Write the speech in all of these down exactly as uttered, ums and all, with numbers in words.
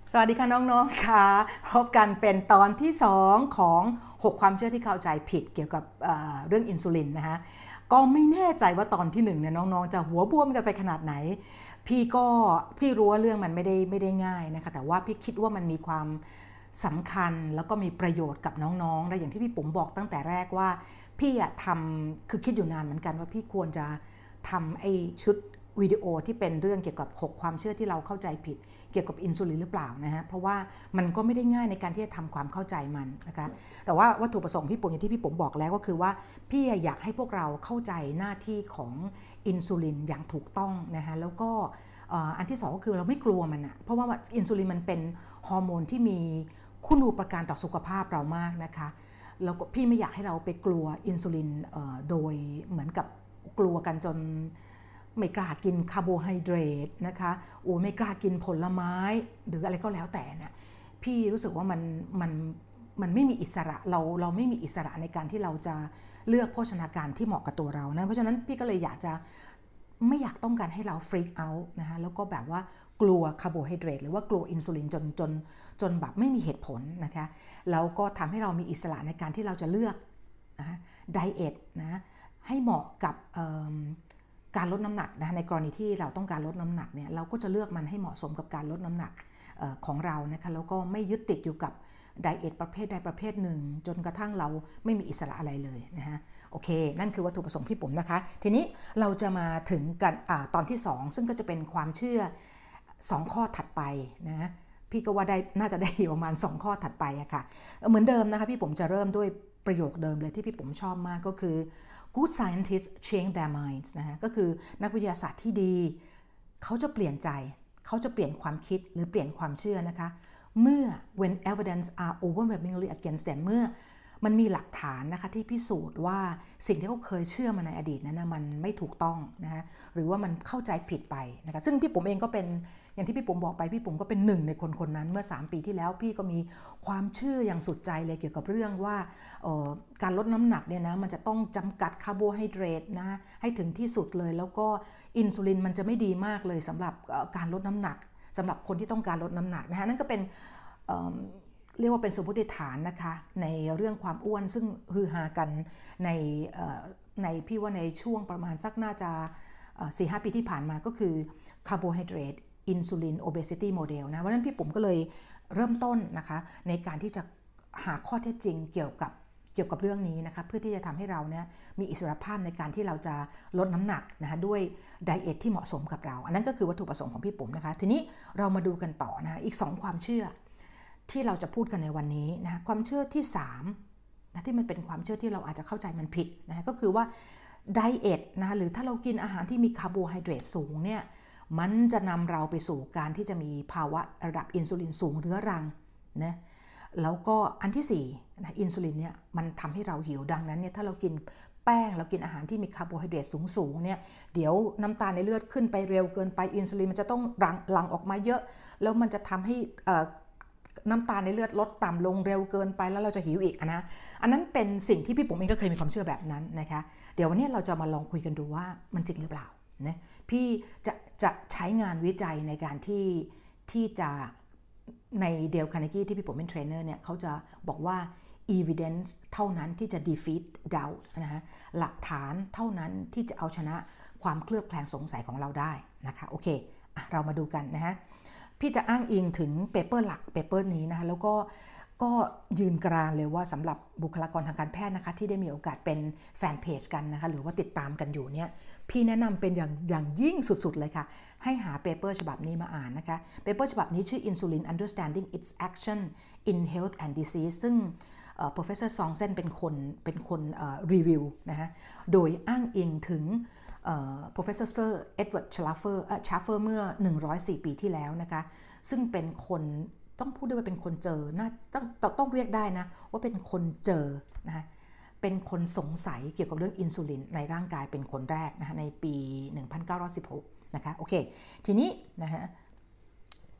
สวัสดีค่ะน้องๆค่ะพบกันเป็นตอนที่สองของหกความเชื่อที่เข้าใจผิดเกี่ยวกับเเรื่องอินซูลินนะคะก็ไม่แน่ใจว่าตอนที่หนึ่งเนี่ยน้องๆจะหัวบวมกันไปขนาดไหนพี่ก็พี่รู้ว่าเรื่องมันไม่ได้ไม่ได้ง่ายนะคะแต่ว่าพี่คิดว่ามันมีความสำคัญแล้วก็มีประโยชน์กับน้องๆและอย่างที่พี่ปุ๋มบอกตั้งแต่แรกว่าพี่อะทำคือคิดอยู่นานเหมือนกันว่าพี่ควรจะทำไอ้ชุดวิดีโอที่เป็นเรื่องเกี่ยวกับหกความเชื่อที่เราเข้าใจผิดเกี่ยวกับอินซูลินหรือเปล่านะฮะเพราะว่ามันก็ไม่ได้ง่ายในการที่จะทำความเข้าใจมันนะคะแต่ว่าวัตถุประสงค์พี่ปุ๋มอย่างที่พี่ปุ๋มบอกแล้วก็คือว่าพี่อยากให้พวกเราเข้าใจหน้าที่ของอินซูลินอย่างถูกต้องนะฮะแล้วก็อันที่สองก็คือเราไม่กลัวมันอะเพราะว่าอินซูลินมันเป็นฮอร์โมนที่มีคุณูปการต่อสุขภาพเรามากนะคะแล้วก็พี่ไม่อยากให้เราไปกลัวอินซูลินโดยเหมือนกับกลัวกันจนไม่กล้ากินคาร์โบไฮเดรตนะคะโอ้ไม่กล้ากินผลไม้หรืออะไรก็แล้วแต่เนี่ยพี่รู้สึกว่ามันมันมันไม่มีอิสระเราเราไม่มีอิสระในการที่เราจะเลือกโภชนาการที่เหมาะกับตัวเรานะเพราะฉะนั้นพี่ก็เลยอยากจะไม่อยากต้องการให้เราฟรีกเอาท์นะคะแล้วก็แบบว่ากลัวคาร์โบไฮเดรตหรือว่ากลัวอินซูลินจนจนจนแบบไม่มีเหตุผลนะคะแล้วก็ทำให้เรามีอิสระในการที่เราจะเลือกนะไดเอทนะให้เหมาะกับการลดน้ำหนักนะในกรณีที่เราต้องการลดน้ำหนักเนี่ยเราก็จะเลือกมันให้เหมาะสมกับการลดน้ำหนักของเรานะคะแล้วก็ไม่ยึดติดอยู่กับไดเอทประเภทใดประเภทหนึ่งจนกระทั่งเราไม่มีอิสระอะไรเลยนะฮะโอเคนั่นคือวัตถุประสงค์พี่ปุ๋มนะคะทีนี้เราจะมาถึงกันอตอนที่สองซึ่งก็จะเป็นความเชื่อสองข้อถัดไปนะพี่ก็ว่าได้น่าจะได้ประมาณสองข้อถัดไปอะค่ะเหมือนเดิมนะคะพี่ปุ๋มจะเริ่มด้วยประโยคเดิมเลยที่พี่ปุ๋มชอบมากก็คือ good scientists change their minds นะคะก็คือนักวิทยาศาสตร์ที่ดีเขาจะเปลี่ยนใจเขาจะเปลี่ยนความคิดหรือเปลี่ยนความเชื่อนะคะเมื่อ when evidence are overwhelmingly against them เมื่อมันมีหลักฐานนะคะที่พิสูจน์ว่าสิ่งที่เขาเคยเชื่อมาในอดีตนั้นนะมันไม่ถูกต้องนะคะหรือว่ามันเข้าใจผิดไปนะคะซึ่งพี่ปุ๋มเองก็เป็นอย่างที่พี่ปุ๋มบอกไปพี่ปุ๋มก็เป็นหนึ่งในคนคนนั้นเมื่อสามปีที่แล้วพี่ก็มีความเชื่ออย่างสุดใจเลยเกี่ยวกับเรื่องว่าการลดน้ำหนักเนี่ยนะมันจะต้องจำกัดคาร์โบไฮเดรตนะให้ถึงที่สุดเลยแล้วก็อินซูลินมันจะไม่ดีมากเลยสำหรับการลดน้ำหนักสำหรับคนที่ต้องการลดน้ำหนักนะคะนั่นก็เป็นเ, เรียกว่าเป็นสมมติฐานนะคะในเรื่องความอ้วนซึ่งฮือฮากันในในพี่ว่าในช่วงประมาณสักน่าจะ สี่ห้า ปีที่ผ่านมาก็คือคาร์โบไฮเดรตอินซูลินโอเบซิตี้โมเดลนะเพราะนั้นพี่ปุ๋มก็เลยเริ่มต้นนะคะในการที่จะหาข้อเท็จจริงเกี่ยวกับเกี่ยวกับเรื่องนี้นะคะเพื่อที่จะทำให้เราเนี่ยมีอิสรภาพในการที่เราจะลดน้ำหนักนะคะด้วยไดเอทที่เหมาะสมกับเราอันนั้นก็คือวัตถุประสงค์ของพี่ปุ๋มนะคะทีนี้เรามาดูกันต่อนะอีกสองความเชื่อที่เราจะพูดกันในวันนี้นะความเชื่อที่สามนะที่มันเป็นความเชื่อที่เราอาจจะเข้าใจมันผิดนะก็คือว่าไดเอทนะหรือถ้าเรากินอาหารที่มีคาร์โบไฮเดรตสูงเนี่ยมันจะนำเราไปสู่การที่จะมีภาวะระดับอินซูลินสูงเรื้อรังนะแล้วก็อันที่สี่นะอินซูลินเนี่ยมันทำให้เราหิวดังนั้นเนี่ยถ้าเรากินแป้งเรากินอาหารที่มีคาร์โบไฮเดรตสูงๆเนี่ยเดี๋ยวน้ำตาลในเลือดขึ้นไปเร็วเกินไปอินซูลินมันจะต้องหลั่งหลั่งออกมาเยอะแล้วมันจะทำให้น้ำตาลในเลือดลดต่ำลงเร็วเกินไปแล้วเราจะหิวอีกนะอันนั้นเป็นสิ่งที่พี่ปุ๋มเองก็เคยมีความเชื่อแบบนั้นนะคะเดี๋ยววันนี้เราจะมาลองคุยกันดูว่ามันจริงหรือเปล่านะพี่จะจะใช้งานวิจัยในการที่ที่จะในเดลคาร์เนกี้ที่พี่ปุ๋มเป็นเทรนเนอร์เนี่ยเขาจะบอกว่า evidence เท่านั้นที่จะ defeat doubt นะฮะหลักฐานเท่านั้นที่จะเอาชนะความเคลือบแคลงสงสัยของเราได้นะคะโอเคอ่ะเรามาดูกันนะฮะพี่จะอ้างอิงถึงเปเปอร์หลักเปเปอร์นี้นะคะแล้วก็ก็ยืนกรานเลยว่าสำหรับบุคลากรทางการแพทย์นะคะที่ได้มีโอกาสเป็นแฟนเพจกันนะคะหรือว่าติดตามกันอยู่เนี่ยพี่แนะนำเป็นอย่างอย่างยิ่งสุดๆเลยค่ะให้หาเปเปอร์ฉบับนี้มาอ่านนะคะเปเปอร์ฉบับนี้ชื่อ Insulin Understanding Its Action in Health and Disease ซึ่ง professor Songsen เป็นคนเป็นคนรีวิวนะฮะโดยอ้างอิงถึงprofessor Sir Edward Schaffer Schaffer เมื่อหนึ่งร้อยสี่ปีที่แล้วนะคะซึ่งเป็นคนต้องพูดด้วยว่าเป็นคนเจอน่าต้องต้องเรียกได้นะว่าเป็นคนเจอนะคะเป็นคนสงสัยเกี่ยวกับเรื่องอินซูลินในร่างกายเป็นคนแรกนะคะในปีหนึ่งพันเก้าร้อยสิบหกนะคะโอเคทีนี้นะฮะ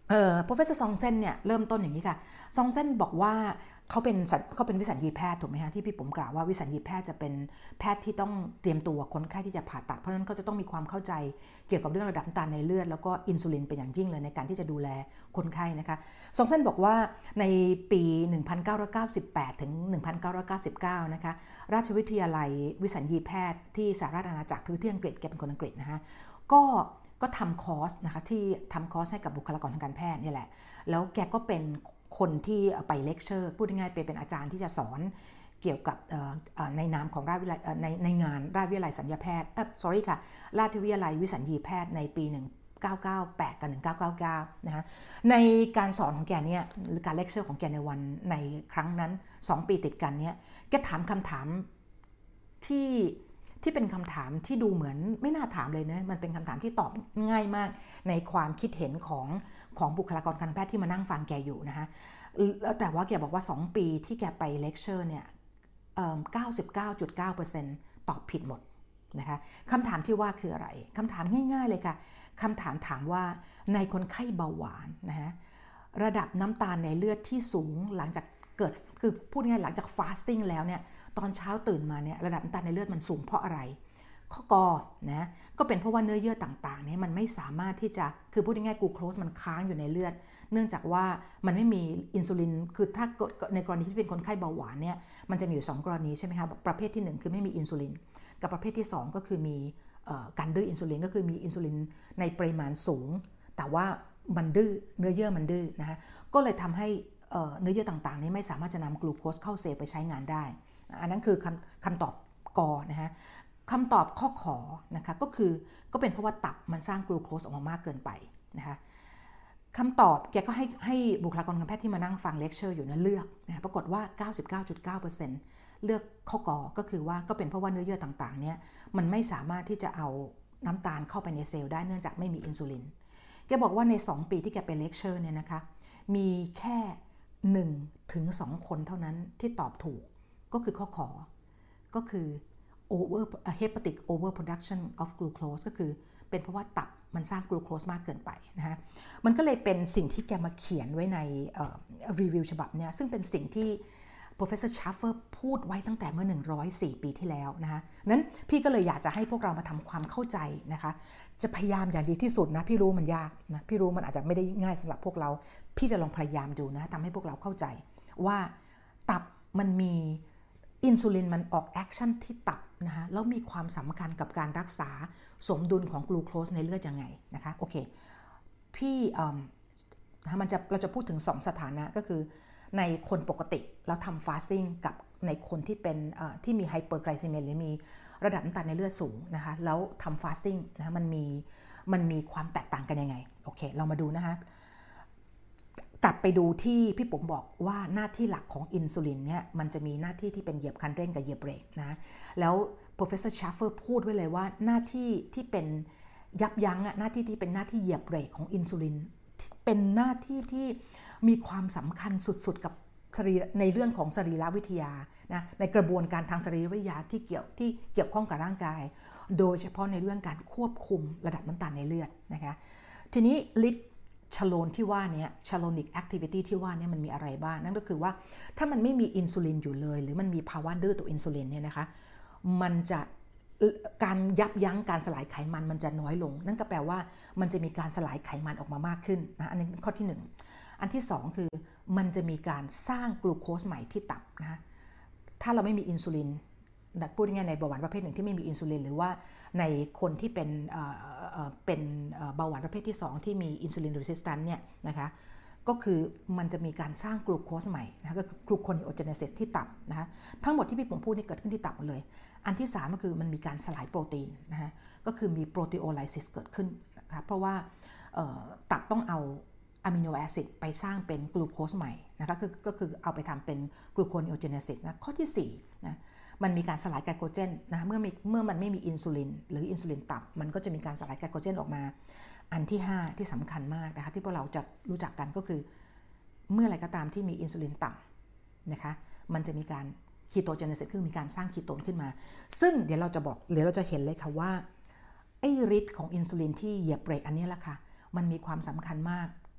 เอ่อ professor ซองเซ่นเนี่ยเริ่มต้นอย่างนี้ค่ะซองเซ่นบอกว่าเขาเป็นเขาเป็นวิสัญญีแพทย์ถูกไหมฮะที่พี่ผมกล่าวว่าวิสัญญีแพทย์จะเป็นแพทย์ที่ต้องเตรียมตัวคนไข้ที่จะผ่าตัดเพราะฉะนั้นเขาจะต้องมีความเข้าใจเกี่ยวกับเรื่องระดับน้ำตาลในเลือดแล้วก็อินซูลินเป็นอย่างยิ่งเลยในการที่จะดูแลคนไข้นะคะซองเซ่นบอกว่าในปีหนึ่งพันเก้าร้อยเก้าสิบแปดถึงหนึ่งพันเก้าร้อยเก้าสิบเก้านะคะราชวิทยาลัยวิสัญญีแพทย์ที่สหราชอาณาจักรที่อังกฤษแกเป็นคนอังกฤษนะคะก็ก็ทำคอร์สนะคะที่ทำคอร์สให้กับบุคลากรทางการแพทย์นี่แหละแล้วแกก็เป็นคนที่ไปเลคเชอร์พูดง่ายๆเป็นอาจารย์ที่จะสอนเกี่ยวกับในนามของราชวิทยาลัยในในงานราชวิทยาลัยสัญญาแพทย์เออ sorry ค่ะราชวิทยาลัยวิสัญญีแพทย์ในปีหนึ่งพันเก้าร้อยเก้าสิบแปดกับหนึ่งพันเก้าร้อยเก้าสิบเก้านะคะในการสอนของแกเนี่ยหรือการเลคเชอร์ของแกในวันในครั้งนั้นสองปีติดกันเนี่ยแกถามคำถามที่ที่เป็นคำถามที่ดูเหมือนไม่น่าถามเลยนะมันเป็นคำถามที่ตอบง่ายมากในความคิดเห็นของของบุคลากรการแพทย์ที่มานั่งฟังแกอยู่นะคะแต่ว่าแกบอกว่าสองปีที่แกไปเลคเชอร์เนี่ย เก้าสิบเก้าจุดเก้าเปอร์เซ็นต์ ตอบผิดหมดนะคะคำถามที่ว่าคืออะไรคำถามง่ายๆเลยค่ะคำถามถามว่าในคนไข้เบาหวานนะฮะระดับน้ำตาลในเลือดที่สูงหลังจากเกิดคือพูดง่ายหลังจากฟาสติ้งแล้วเนี่ยตอนเช้าตื่นมาเนี่ยระดับน้ำตาลในเลือดมันสูงเพราะอะไรข้อกอนะก็เป็นเพราะว่าเนื้อเยื่อต่างๆเนี่ยมันไม่สามารถที่จะคือพูดง่ายๆกลูโคสมันค้างอยู่ในเลือดเนื่องจากว่ามันไม่มีอินซูลินคือถ้าในกรณีที่เป็นคนไข้เบาหวานเนี่ยมันจะมีอยู่สองกรณีใช่ไหมคะประเภทที่หนึ่งคือไม่มีอินซูลินกับประเภทที่สองก็คือมีการดื้ออินซูลินก็คือมีอินซูลินในปริมาณสูงแต่ว่ามันดื้อเนื้อเยื่อมันดื้อนะคะก็เลยทำให้เนื้อเยื่อต่างๆนี้ไม่สามารถจะนำกลูโคสเข้าเซลล์ไปใช้งานได้อันนั้นคือคำคำตอบกอนะฮะคำตอบข้อขอนะคะก็คือก็เป็นเพราะว่าตับมันสร้างกลูโคสออกมามากเกินไปนะคะคำตอบแกก็ให้ให้บุคลากรทางการแพทย์ที่มานั่งฟังเลคเชอร์อยู่นั้นเลือกนะปรากฏว่า เก้าสิบเก้าจุดเก้าเปอร์เซ็นต์ เลือกข้อกอก็คือว่าก็เป็นเพราะว่าเนื้อเยื่อต่างๆเนี่ยมันไม่สามารถที่จะเอาน้ำตาลเข้าไปในเซลล์ได้เนื่องจากไม่มีอินซูลินแกบอกว่าในสองปีที่แกไปเลคเชอร์เนี่ยนะคะมีแค่หนึ่งถึงสองคนเท่านั้นที่ตอบถูกก็คือข้อขอก็คือ over hepatic overproduction of glucose ก็คือเป็นเพราะว่าตับมันสร้างกลูโคสมากเกินไปนะฮะมันก็เลยเป็นสิ่งที่แกมาเขียนไว้ในรีวิวฉบับเนี่ยซึ่งเป็นสิ่งที่ professor Schaffer พูดไว้ตั้งแต่เมื่อหนึ่งร้อยสี่ปีที่แล้วนะคะนั้นพี่ก็เลยอยากจะให้พวกเรามาทำความเข้าใจนะคะจะพยายามอย่างดีที่สุดนะพี่รู้มันยากนะพี่รู้มันอาจจะไม่ได้ง่ายสำหรับพวกเราพี่จะลองพยายามดูนะทำให้พวกเราเข้าใจว่าตับมันมีอินซูลินมันออกแอคชั่นที่ตับนะคะแล้วมีความสำคัญกับการรักษาสมดุลของกลูโคสในเลือดยังไงนะคะโอเคพี่นะมันจะเราจะพูดถึงสองสถานะก็คือในคนปกติแล้วทำฟาสติ้งกับในคนที่เป็นที่มีไฮเปอร์ไกลเซเมียหรือมีระดับน้ำตาลในเลือดสูงนะคะแล้วทำฟาสติ้งนะมันมีมันมีความแตกต่างกันยังไงโอเคเรามาดูนะคะกลับไปดูที่พี่ผมบอกว่าหน้าที่หลักของอินซูลินเนี่ยมันจะมีหน้าที่ที่เป็นเหยียบคันเร่งกับเหยียบเบรกนะแล้ว professor Schaffer พูดไว้เลยว่าหน้าที่ที่เป็นยับยั้งอะหน้าที่ที่เป็นหน้าที่เหยียบเบรกของอินซูลินเป็นหน้าที่ที่มีความสำคัญสุดๆกับในเรื่องของสรีรวิทยานะในกระบวนการทางสรีรวิทยาที่เกี่ยวที่เกี่ยวข้องกับร่างกายโดยเฉพาะในเรื่องการควบคุมระดับน้ำตาลในเลือดนะคะทีนี้ฤทธิ์ชโลนที่ว่านี้ชโลนิกแอคทิวิตี้ที่ว่านี้มันมีอะไรบ้างนั่นก็คือว่าถ้ามันไม่มีอินซูลินอยู่เลยหรือมันมีภาวะดื้อต่ออินซูลินเนี่ยนะคะมันจะการยับยั้งการสลายไขมันมันจะน้อยลงนั่นก็แปลว่ามันจะมีการสลายไขมันออกมามากขึ้นนะอันนี้ข้อที่หนึ่งอันที่สองคือมันจะมีการสร้างกลูโคสใหม่ที่ตับนะถ้าเราไม่มีอินซูลินพูดง่ายๆในเบาหวานประเภทหนึ่งที่ไม่มีอินซูลินหรือว่าในคนที่เป็นเป็นเบาหวานประเภทที่สองที่มีอินซูลินรีสิสแตนต์เนี่ยนะคะก็คือมันจะมีการสร้างกลูโคสใหม่นะก็คือกลูโคนิโอเจเนซิสที่ตับนะคะทั้งหมดที่พี่ผมพูดนี่เกิดขึ้นที่ตับหมดเลยอันที่สามก็คือมันมีการสลายโปรตีนนะฮะก็คือมีโปรตีโอไลซิสเกิดขึ้นนะคะเพราะว่าตับต้องเอาอะมิโนแอซิดไปสร้างเป็นกลูโคสใหม่นะคะคือก็คือเอาไปทำเป็นกลูโคนิโอเจเนซิสนะข้อที่สี่นะมันมีการสลายไกลโคเจนนะเมื่อเมื่อมันไม่มีอินซูลินหรืออินซูลินตับมันก็จะมีการสลายไกลโคเจนออกมาอันที่ห้าที่สำคัญมากนะคะที่พวกเราจะรู้จักกันก็คือเมื่อไรก็ตามที่มีอินซูลินต่ำนะคะมันจะมีการคีโตเจเนซิสคือมีการสร้างคีโตนขึ้นมาซึ่งเดี๋ยวเราจะบอกเดี๋ยวเราจะเห็นเลยค่ะว่าไอ้ฤทธิ์ของอินซูลินที่เหยียบเบรกอันนี้แหละค่ะมันมีความสำคัญมาก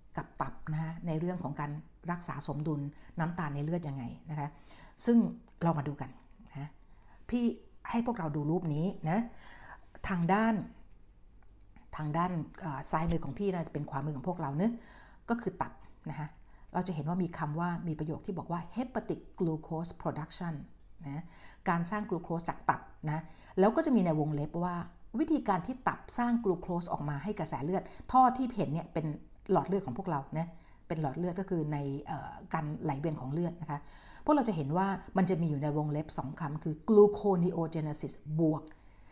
กับตับนะในเรื่องของการรักษาสมดุลน้ำตาลในเลือดยังไงนะคะซึ่งเรามาดูกันนะพี่ให้พวกเราดูรูปนี้นะทางด้านทางด้านซ้ายมือของพี่นะจะเป็นขวามือของพวกเราเนะก็คือตับนะคะเราจะเห็นว่ามีคำว่ามีประโยคที่บอกว่า hepatic glucose production นะการสร้างกลูโคสจากตับนะแล้วก็จะมีในวงเล็บว่าวิธีการที่ตับสร้างกลูโคสออกมาให้กระแสเลือดท่อที่เห็นเนี่ยเป็นหลอดเลือดของพวกเรานะเป็นหลอดเลือดก็คือในการไหลเวียนของเลือดนะคะพวกเราจะเห็นว่ามันจะมีอยู่ในวงเล็บสองคำคือ gluconeogenesis บวก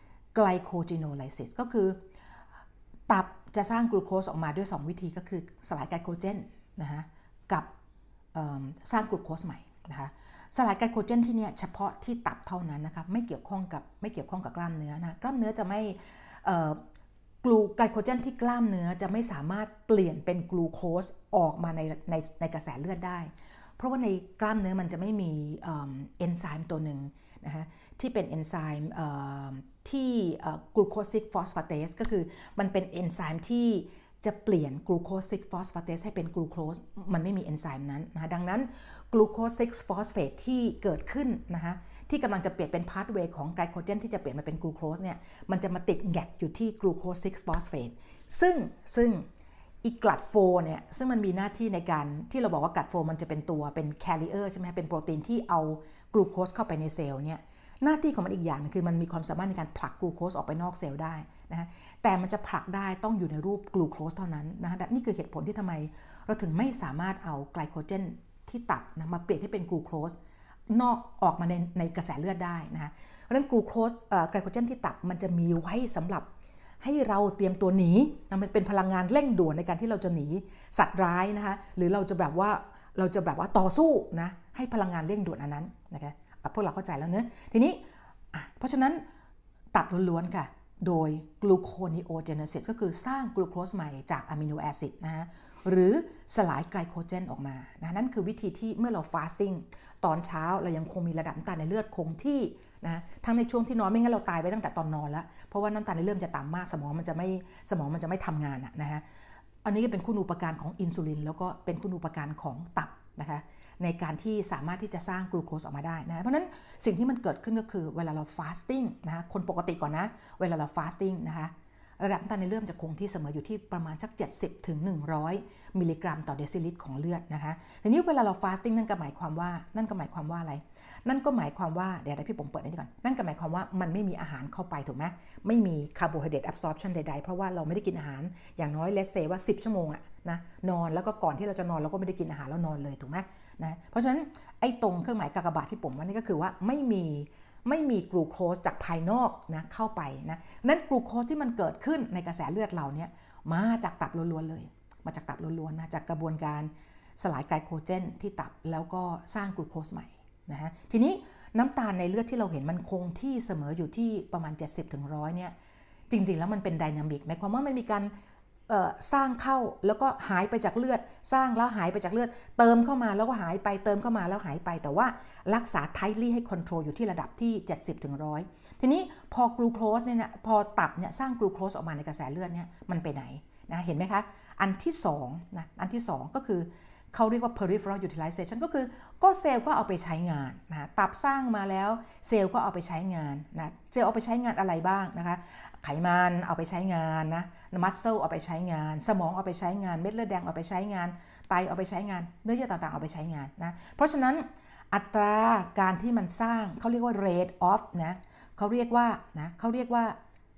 glycogenolysis ก็คือตับจะสร้างกลูโคสออกมาด้วยสองวิธีก็คือสลายไกลโคเจนนะคะกับสร้างกลูโคสใหม่นะคะสลายไกลโคเจนที่เนี่ยเฉพาะที่ตับเท่านั้นนะคะไม่เกี่ยวข้องกับไม่เกี่ยวข้องกับกล้ามเนื้อนะกล้ามเนื้อจะไม่กลูไกลโคเจนที่กล้ามเนื้อจะไม่สามารถเปลี่ยนเป็นกลูโคสออกมาในในในกระแสเลือดได้เพราะว่าในกล้ามเนื้อมันจะไม่มีเอนไซม์ตัวหนึ่งนะคะที่เป็นเอนไซม์ที่กลูโคซิกฟอสฟาเตสก็คือมันเป็นเอนไซม์ที่จะเปลี่ยนกลูโคซิกฟอสฟาเตสให้เป็นกลูโคสมันไม่มีเอนไซม์นั้นนะคะดังนั้นกลูโคซิกฟอสเฟตที่เกิดขึ้นนะคะที่กำลังจะเปลี่ยนเป็นพาธเวย์ของไกลโคเจนที่จะเปลี่ยนมาเป็นกลูโคสเนี่ยมันจะมาติดแงกอยู่ที่กลูโคซิกฟอสเฟตซึ่งซึ่งอีกลัดโฟเนี่ยซึ่งมันมีหน้าที่ในการที่เราบอกว่ากลัดโฟมันจะเป็นตัวเป็นแคริเออร์ใช่ไหมเป็นโปรตีนที่เอากลูโคสเข้าไปในเซลล์เนี่ยหน้าที่ของมันอีกอย่างนึงคือมันมีความสามารถในการผลักกลูโคสออกไปนอกเซลล์ได้นะฮะแต่มันจะผลักได้ต้องอยู่ในรูปกลูโคสเท่านั้นนะฮะนี่คือเหตุผลที่ทำไมเราถึงไม่สามารถเอาไกลโคเจนที่ตับนะมาเปลี่ยนให้เป็นกลูโคสนอกออกมาในในกระแสเลือดได้นะฮะเพราะฉะนั้นกลูโคสไกลโคเจนที่ตับมันจะมีไว้สำหรับให้เราเตรียมตัวหนีนะมันเป็นพลังงานเร่งด่วนในการที่เราจะหนีสัตว์ร้ายนะคะหรือเราจะแบบว่าเราจะแบบว่าต่อสู้นะให้พลังงานเร่งด่วนอันนั้นนะคะพวกเราเข้าใจแล้วเนอะทีนี้เพราะฉะนั้นตับล้วนๆค่ะโดย gluconeogenesis ก็คือสร้างกลูโคสใหม่จากอะมิโนแอซิดนะฮะหรือสลายไกลโคเจนออกมานะนั่นคือวิธีที่เมื่อเราฟาสติ้งตอนเช้าเรายังคงมีระดับน้ำตาลในเลือดคงที่นะทั้งในช่วงที่นอนไม่งั้นเราตายไปตั้งแต่ตอนนอนแล้วเพราะว่าน้ำตาลในเลือดจะต่ำมากสมองมันจะไม่สมองมันจะไม่ทำงานนะฮะอันนี้ก็เป็นคุณูปการของอินซูลินแล้วก็เป็นคุณูปการของตับนะคะในการที่สามารถที่จะสร้างกลูโคสออกมาได้นะเพราะนั้นสิ่งที่มันเกิดขึ้นก็คือเวลาเราฟาสติ้งนะคนปกติก่อนนะเวลาเราฟาสติ้งนะคะระดับน้ำตาลในเลือดจะคงที่เสมออยู่ที่ประมาณสักเจ็ดสิบถึงหนึ่งร้อยมิลลิกรัมต่อเดซิลิตรของเลือดนะคะทีนี้เวลาเราฟาสติ้งนั่นก็หมายความว่านั่นก็หมายความว่าอะไรนั่นก็หมายความว่าเดี๋ยวให้พี่ผมเปิดนี่ก่อนนั่นก็หมายความว่ามันไม่มีอาหารเข้าไปถูกไหมไม่มีคาร์โบไฮเดรตแอบซอร์ปชันใดๆเพราะว่าเราไม่ได้กินอาหารอย่างน้อยเลสเซว่าสิบชั่วโมงอะนะนอนแล้วก็ก่อนที่เราจะนอนเราก็ไม่ได้กินอาหารแล้วนอนเลยถูกไหมนะเพราะฉะนั้นไอ้ตรงเครื่องหมายกากบาทที่ผมว่านี่ก็คือว่าไม่มีไม่มีกลูโคสจากภายนอกนะเข้าไปนะนั้นกลูโคสที่มันเกิดขึ้นในกระแสเลือดเราเนี่ยมาจากตับล้วนๆเลยมาจากตับล้วนๆนะจากกระบวนการสลายไกลโคเจนที่ตับแล้วก็สร้างกลูโคสใหม่นะฮะทีนี้น้ำตาลในเลือดที่เราเห็นมันคงที่เสมออยู่ที่ประมาณเจ็ดสิบถึงหนึ่งร้อยเนี่ยจริงๆแล้วมันเป็นไดนามิกหมายความว่ามันมีการสร้างเข้าแล้วก็หายไปจากเลือดสร้างแล้วหายไปจากเลือดเติมเข้ามาแล้วก็หายไปเติมเข้ามาแล้วหายไปแต่ว่ารักษาไทลี่ให้คอนโทรลอยู่ที่ระดับที่เจ็ดสิบถึงหนึ่งร้อยทีนี้พอกลูโคสเนี่ยพอตับเนี่ยสร้างกลูโคสออกมาในกระแสเลือดเนี่ยมันไปไหนนะเห็นไหมคะอันที่สองนะอันที่สองก็คือเขาเรียกว่า peripheral utilization ก็คือก็เซลล์ก็เอาไปใช้งานนะตับสร้างมาแล้วเซลล์ก็เอาไปใช้งานนะเซลล์เอาไปใช้งานอะไรบ้างนะคะไขมันเอาไปใช้งานนะมัสเซลเอาไปใช้งานสมองเอาไปใช้งานเม็ดเลือดแดงเอาไปใช้งานไตเอาไปใช้งานเนื้อเยื่อต่างๆเอาไปใช้งานนะเพราะฉะนั้นอัตราการที่มันสร้างเขาเรียกว่า rate of นะเขาเรียกว่านะเขาเรียกว่า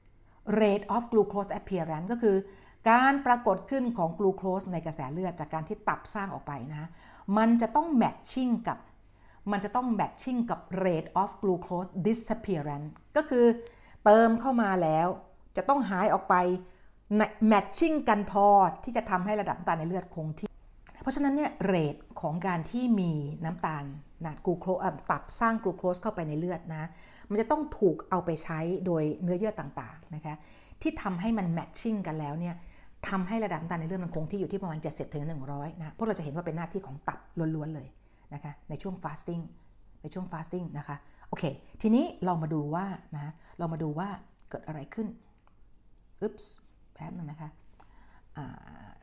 rate of glucose appearance ก็คือการปรากฏขึ้นของกลูโคสในกระแสเลือดจากการที่ตับสร้างออกไปนะมันจะต้องแมทชิ่งกับมันจะต้องแมทชิ่งกับ rate of glucose disappearance ก็คือเติมเข้ามาแล้วจะต้องหายออกไปแมทชิ่งกันพอที่จะทำให้ระดับน้ำตาลในเลือดคงที่เพราะฉะนั้นเนี่ยเรทของการที่มีน้ำตาลนะกลูโคสตับสร้างกลูโคสเข้าไปในเลือดนะมันจะต้องถูกเอาไปใช้โดยเนื้อเยื่อต่างๆนะคะที่ทำให้มันแมทชิ่งกันแล้วเนี่ยทำให้ระดับน้ำตาลในเลือดมันคงที่อยู่ที่ประมาณเจ็ดสิบถึงหนึ่งร้อยนะพวกเราจะเห็นว่าเป็นหน้าที่ของตับล้วนๆเลยนะคะในช่วงฟาสติ้งในช่วงฟาสติ้งนะคะโอเคทีนี้เรามาดูว่านะเรามาดูว่าเกิดอะไรขึ้นอึ๊บส์แป๊บนึงนะคะ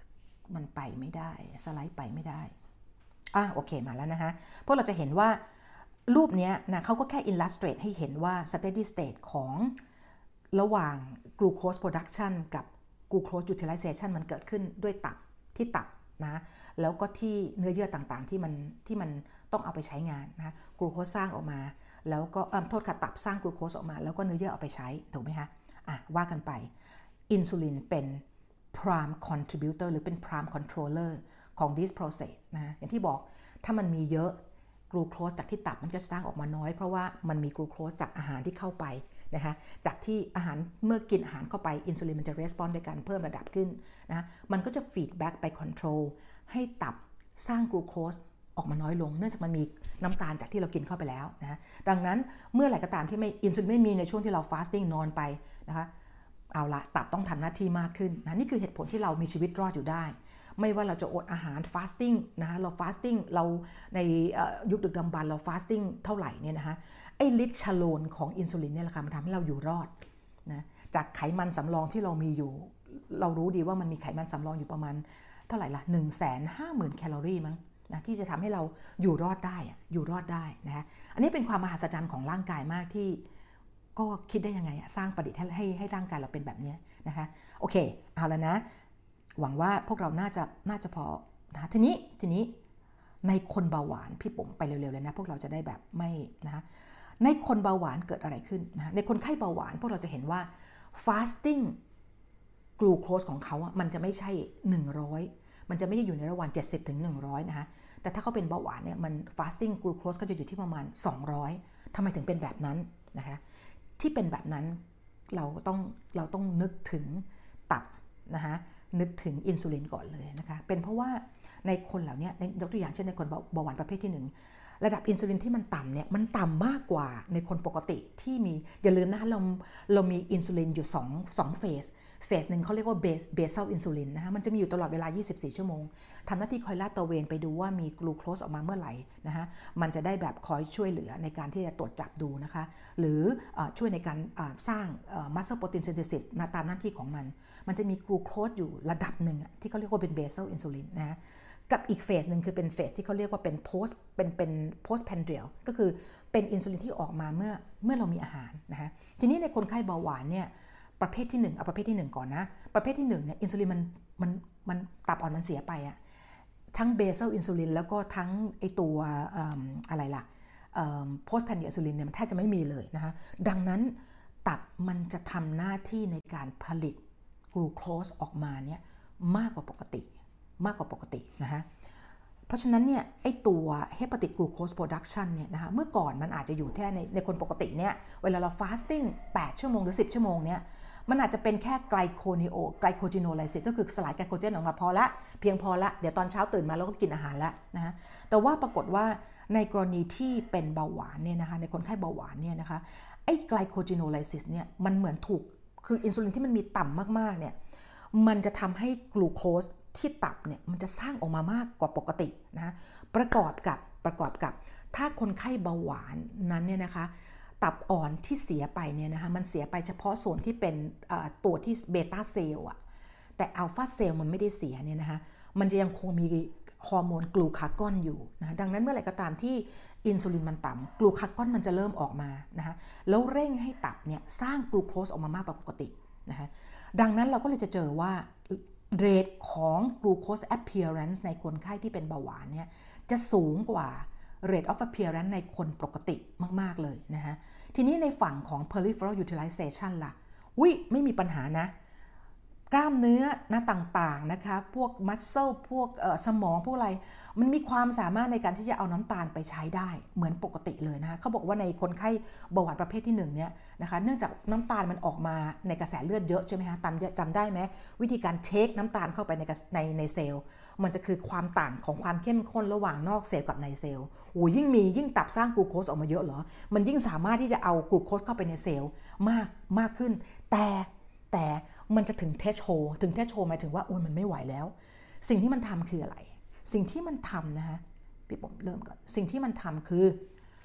มันไปไม่ได้สไลด์ไปไม่ได้อ่ะโอเคมาแล้วนะคะพวกเราจะเห็นว่ารูปนี้นะเขาก็แค่ illustrate ให้เห็นว่า steady state ของระหว่าง glucose production กับ glucose utilization มันเกิดขึ้นด้วยตับที่ตับนะแล้วก็ที่เนื้อเยื่อต่างๆที่มันที่มันต้องเอาไปใช้งานนะกลูโคสสร้างออกมาแล้วก็เอ่อโทษค่ะตับสร้างกลูโคสออกมาแล้วก็เนื้อเยื่อเอาไปใช้ถูกไหมคะอ่ะว่ากันไปอินซูลินเป็น prime contributor หรือเป็น prime controller ของ this process นะอย่างที่บอกถ้ามันมีเยอะกลูโคสจากที่ตับมันก็สร้างออกมาน้อยเพราะว่ามันมีกลูโคสจากอาหารที่เข้าไปนะคะจากที่อาหารเมื่อกินอาหารเข้าไปอินซูลินมันจะ respond ด้วยการเพิ่มระดับขึ้นนะมันก็จะ feedback ไป control ให้ตับสร้างกลูโคสออกมาน้อยลงเนื่องจากมันมีน้ำตาลจากที่เรากินเข้าไปแล้วนะดังนั้นเมื่อไหร่ก็ตามที่ไม่อินซูลินไม่มีในช่วงที่เรา fasting นอนไปนะคะเอาละตับต้องทำหน้าที่มากขึ้นนะนี่คือเหตุผลที่เรามีชีวิตรอดอยู่ได้ไม่ว่าเราจะอดอาหาร fasting นะเรา fasting เราในยุคดึกดำบรรพ์เรา fasting เท่าไหร่เนี่ยนะคะไอ้ฤทธิ์ชโลนของอินซูลินเนี่ยแหละค่ะมันทำให้เราอยู่รอดนะจากไขมันสำรองที่เรามีอยู่เรารู้ดีว่ามันมีไขมันสำรองอยู่ประมาณเท่าไหร่ละ หนึ่งแสนห้าหมื่น แคลอรี่มั้งนะที่จะทำให้เราอยู่รอดได้อยู่รอดได้นะคะอันนี้เป็นความมหัศจรรย์ของร่างกายมากที่ก็คิดได้ยังไงสร้างประดิษฐ์ให้ให้ร่างกายเราเป็นแบบนี้นะคะโอเคเอาแล้วนะหวังว่าพวกเราน่าจะน่าจะพอนะทีนี้ทีนี้ในคนเบาหวานพี่ผมไปเร็วๆเลยนะพวกเราจะได้แบบไม่นะคะในคนเบาหวานเกิดอะไรขึ้นนะในคนไข้เบาหวานพวกเราจะเห็นว่า fasting กลูโคสของเขาอ่ะมันจะไม่ใช่หนึ่งร้อยมันจะไม่ได้อยู่ในระหว่างเจ็ดสิบถึงหนึ่งร้อยนะคะแต่ถ้าเขาเป็นเบาหวานเนี่ยมัน fasting กลูโคสก็จะอยู่ที่ประมาณสองร้อยทำไมถึงเป็นแบบนั้นนะคะที่เป็นแบบนั้นเราต้องเราต้องนึกถึงตับนะคะนึกถึงอินซูลินก่อนเลยนะคะเป็นเพราะว่าในคนเหล่านี้ยกตัวอย่างเช่นในคนเบาหวานประเภทที่หนึ่งระดับอินซูลินที่มันต่ำเนี่ยมันต่ำมากกว่าในคนปกติที่มีอย่าลืมนะเราเรามีอินซูลินอยู่2 2เฟสเฟสหนึ่งเขาเรียกว่าเบสเบซัลอินซูลินนะคะมันจะมีอยู่ตลอดเวลายี่สิบสี่ชั่วโมงทำหน้าที่คอยลาดตระเวนไปดูว่ามีกลูโคสออกมาเมื่อไหร่นะคะมันจะได้แบบคอยช่วยเหลือในการที่จะตรวจจับดูนะคะหรือช่วยในการสร้างมัสเซลโปรตีนซินเทซิสตามหน้าที่ของมันมันจะมีกลูโคสอยู่ระดับหนึ่งที่เขาเรียกว่าเป็นเบซัลอินซูลินนะกับอีกเฟสหนึ่งคือเป็นเฟสที่เขาเรียกว่าเป็นโพสเป็นเป็นโพสแพนเดรียลก็คือเป็นอินซูลินที่ออกมาเมื่อเมื่อเรามีอาหารนะคะทีนี้ในคนไข้เบาหวานเนี่ยประเภทที่หนึ่งเอาประเภทที่หนึ่งก่อนนะประเภทที่หนึ่งเนี่ยอินซูลินมันมันมันตับอ่อนมันเสียไปอะทั้งเบซัลอินซูลินแล้วก็ทั้งไอตัวอะไรล่ะโพสแพนเดรียลอินซูลินเนี่ยมันแทบจะไม่มีเลยนะคะดังนั้นตับมันจะทำหน้าที่ในการผลิตกลูโคสออกมาเนี่ยมากกว่าปกติมากกว่าปกตินะคะเพราะฉะนั้นเนี่ยไอตัวเฮปาติกกลูโคสโปรดักชันเนี่ยนะคะเมื่อก่อนมันอาจจะอยู่แค่ในในคนปกติเนี่ยเวลาเราฟาสติ้งแปดชั่วโมงหรือสิบชั่วโมงเนี่ยมันอาจจะเป็นแค่ไกลโคนิโอไกลโคจิโนไลซิสก็คือสลายไกลโคเจนออกมาพอละเพียงพอละเดี๋ยวตอนเช้าตื่นมาแล้วก็กินอาหารละนะคะแต่ว่าปรากฏว่าในกรณีที่เป็นเบาหวานเนี่ยนะคะในคนไข้เบาหวานเนี่ยนะคะไอไกลโคจิโนไลซิสเนี่ยมันเหมือนถูกคืออินซูลินที่มันมีต่ำมากๆเนี่ยมันจะทำให้กลูโคสที่ตับเนี่ยมันจะสร้างออกมามากกว่าปกตินะประกอบกับประกอบกับถ้าคนไข้เบาหวานนั้นเนี่ยนะคะตับอ่อนที่เสียไปเนี่ยนะคะมันเสียไปเฉพาะส่วนที่เป็นตัวที่เบต้าเซลล์อะแต่อัลฟาเซลล์มันไม่ได้เสียเนี่ยนะคะมันจะยังคงมีฮอร์โมนกลูคากอนอยู่นะดังนั้นเมื่อไหร่ก็ตามที่อินซูลินมันต่ำกลูคากอนมันจะเริ่มออกมานะคะแล้วเร่งให้ตับเนี่ยสร้างกลูโคสออกมามากกว่าปกตินะคะดังนั้นเราก็เลยจะเจอว่าเรทของ glucose appearance ในคนไข้ที่เป็นเบาหวานเนี่ยจะสูงกว่า rate of appearance ในคนปกติมากๆเลยนะฮะทีนี้ในฝั่งของ peripheral utilization ล่ะอุ๊ยไม่มีปัญหานะกล้ามเนื้อนะต่างๆนะคะพวก muscle พวกสมองพวกอะไรมันมีความสามารถในการที่จะเอาน้ำตาลไปใช้ได้เหมือนปกติเลยนะคะเขาบอกว่าในคนไข้เบาหวานประเภทที่หนึ่งเนี่ยนะคะเนื่องจากน้ำตาลมันออกมาในกระแสเลือดเยอะใช่ไหมคะจำได้ไหมวิธีการเทคน้ำตาลเข้าไปในในในเซลล์มันจะคือความต่างของความเข้มข้นระหว่างนอกเซลล์กับในเซลล์โอ้ยิ่งมียิ่งตับสร้างกลูโคสออกมาเยอะเหรอมันยิ่งสามารถที่จะเอากลูโคสเข้าไปในเซลล์มากมากขึ้นแต่แต่มันจะถึงเทชโฮถึงเทชโฮหมายถึงว่าโอ้ยมันไม่ไหวแล้วสิ่งที่มันทำคืออะไรสิ่งที่มันทำนะคะพี่ผมเริ่มก่อนสิ่งที่มันทำคือ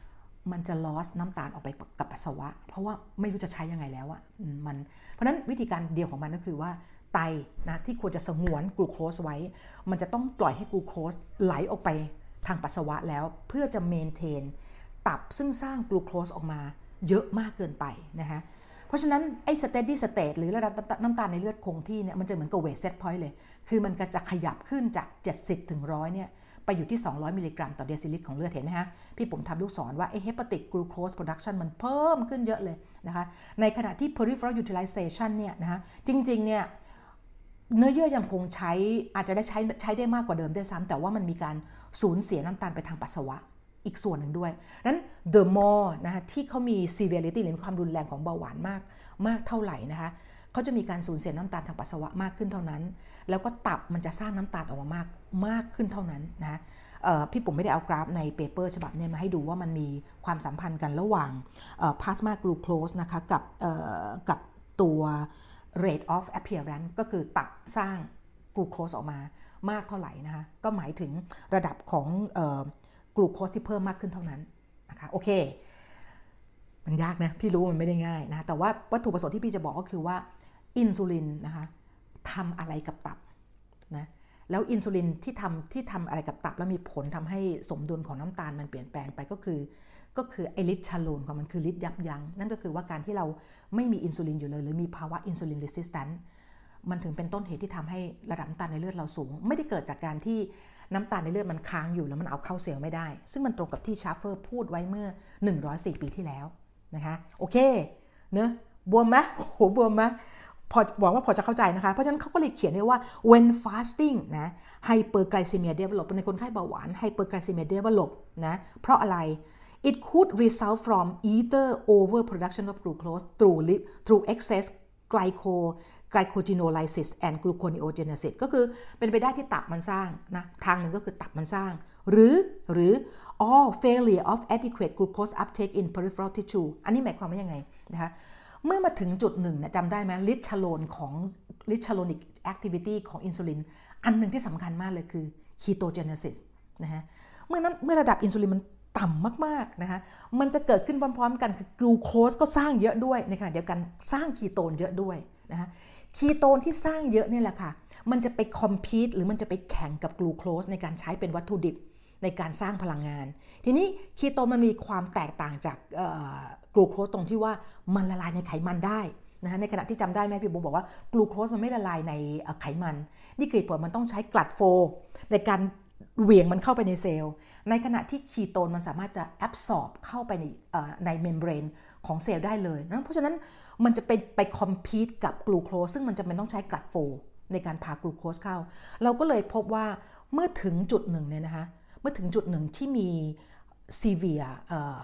มันจะ loss น้ำตาลออกไปกับปัสสาวะเพราะว่าไม่รู้จะใช้ยังไงแล้วอ่ะมันเพราะนั้นวิธีการเดียวของมันก็คือว่าไตนะที่ควรจะสงวนกลูโคสไว้มันจะต้องปล่อยให้กลูโคสไหลออกไปทางปัสสาวะแล้วเพื่อจะ maintain ตับซึ่งสร้างกลูโคสออกมาเยอะมากเกินไปนะคะเพราะฉะนั้นไอ้ steady state หรือระดับน้ำตาลในเลือดคงที่เนี่ยมันจะเหมือนกับ weight set point เลยคือมันก็จะขยับขึ้นจากเจ็ดสิบถึงหนึ่งร้อยเนี่ยไปอยู่ที่สองร้อยมิลลิกรัมต่อเดซิลิตรของเลือดเห็นไหมฮะพี่ผมทำลูกศรว่าไอ้ hepatic glucose production มันเพิ่มขึ้นเยอะเลยนะคะในขณะที่ peripheral utilization เนี่ยนะคะจริงๆเนี่ยเนื้อเยื่อยังคงใช้อาจจะได้ใช้ใช้ได้มากกว่าเดิมด้วยซ้ำแต่ว่ามันมีการสูญเสียน้ำตาลไปทางปัสสาวะอีกส่วนหนึ่งด้วยนั้น the more นะคะที่เขามี severity หรือความรุนแรงของเบาหวานมากมากเท่าไหร่นะคะเขาจะมีการสูญเสียน้ำตาลทางปัสสาวะมากขึ้นเท่านั้นแล้วก็ตับมันจะสร้างน้ำตาลออกมามากมากขึ้นเท่านั้นนะพี่ผมไม่ได้เอากราฟในเปเปอร์ฉบับนี้มาให้ดูว่ามันมีความสัมพันธ์กันระหว่างพลาสมา glucose นะคะกับกับตัว rate of appearance ก็คือตับสร้างกลูโคสออกมามากเท่าไหร่นะคะก็หมายถึงระดับของกลูโคสที่เพิ่มมากขึ้นเท่านั้นนะคะโอเคมันยากนะพี่รู้มันไม่ได้ง่ายนะแต่ว่าวัตถุประสงค์ที่พี่จะบอกก็คือว่าอินซูลินนะคะทำอะไรกับตับนะแล้วอินซูลินที่ทำที่ทำอะไรกับตับแล้วมีผลทำให้สมดุลของน้ำตาลมันเปลี่ยนแปลงไปก็คือก็คือไอฤทธิ์ชาโลนของมันคือฤทธิ์ยับยั้งนั่นก็คือว่าการที่เราไม่มีอินซูลินอยู่เลยหรือมีภาวะอินซูลินรีสิสแตนต์มันถึงเป็นต้นเหตุที่ทำให้ระดับน้ำตาลในเลือดเราสูงไม่ได้เกิดจากการที่น้ำตาลในเลือดมันค้างอยู่แล้วมันเอาเข้าเซลล์ไม่ได้ซึ่งมันตรงกับที่ชาร์เฟอร์พูดไว้เมื่อหนึ่งร้อยสี่ปีที่แล้วนะคะโอเคเนอะบวมไหมโอ้โหบวมไหมพอบอกว่าพอจะเข้าใจนะคะเพราะฉะนั้นเขาก็เลยเขียนไว้ว่า when fasting นะ hyperglycemia develop ในคนไข้เบาหวาน hyperglycemia develop นะเพราะอะไร it could result from either overproduction of glucose through through excess glyco glycogenolysis and gluconeogenesis ก็คือเป็นไปได้ที่ตับมันสร้างนะทางหนึ่งก็คือตับมันสร้างหรือหรือ or failure of adequate glucose uptake in peripheral tissue อันนี้หมายความว่ายังไงนะคะเมื่อมาถึงจุดหนึ่งเนี่ยจำได้ไหมฤทธิ์ชาโลนของฤทธิ์ชาโลนิกแอคทิวิตี้ของอินซูลินอันหนึ่งที่สำคัญมากเลยคือ ketogenesis นะฮะเมื่อนั้นเมื่อระดับอินซูลินมันต่ำมากๆนะคะมันจะเกิดขึ้นพร้อมๆกันคือกลูโคสก็สร้างเยอะด้วยในขณะเดียวกันสร้างคีโตนเยอะด้วยนะคะคีโตนที่สร้างเยอะนี่แหละค่ะมันจะไปคอมพีตหรือมันจะไปแข่งกับกลูโคสในการใช้เป็นวัตถุดิบในการสร้างพลังงานทีนี้คีโตนมันมีความแตกต่างจากกลูโคสตรงที่ว่ามันละลายในไขมันได้นะในขณะที่จำได้ไหมพี่บุ๋มบอกว่ากลูโคสมันไม่ละลายในไขมันนี่คือผลมันต้องใช้กลัดโฟในการเหวี่ยงมันเข้าไปในเซลล์ในขณะที่คีโตนมันสามารถจะแอบซอร์บเข้าไปในในเมมเบรนของเซลล์ได้เลยนะเพราะฉะนั้นมันจะไปไปคอมพีตกับกลูโคสซึ่งมันจะเป็นต้องใช้กลัดโฟในการพากลูโคสเข้าเราก็เลยพบว่าเมื่อถึงจุดหนึ่งเนี่ยนะคะเมื่อถึงจุดหนึ่งที่มี severe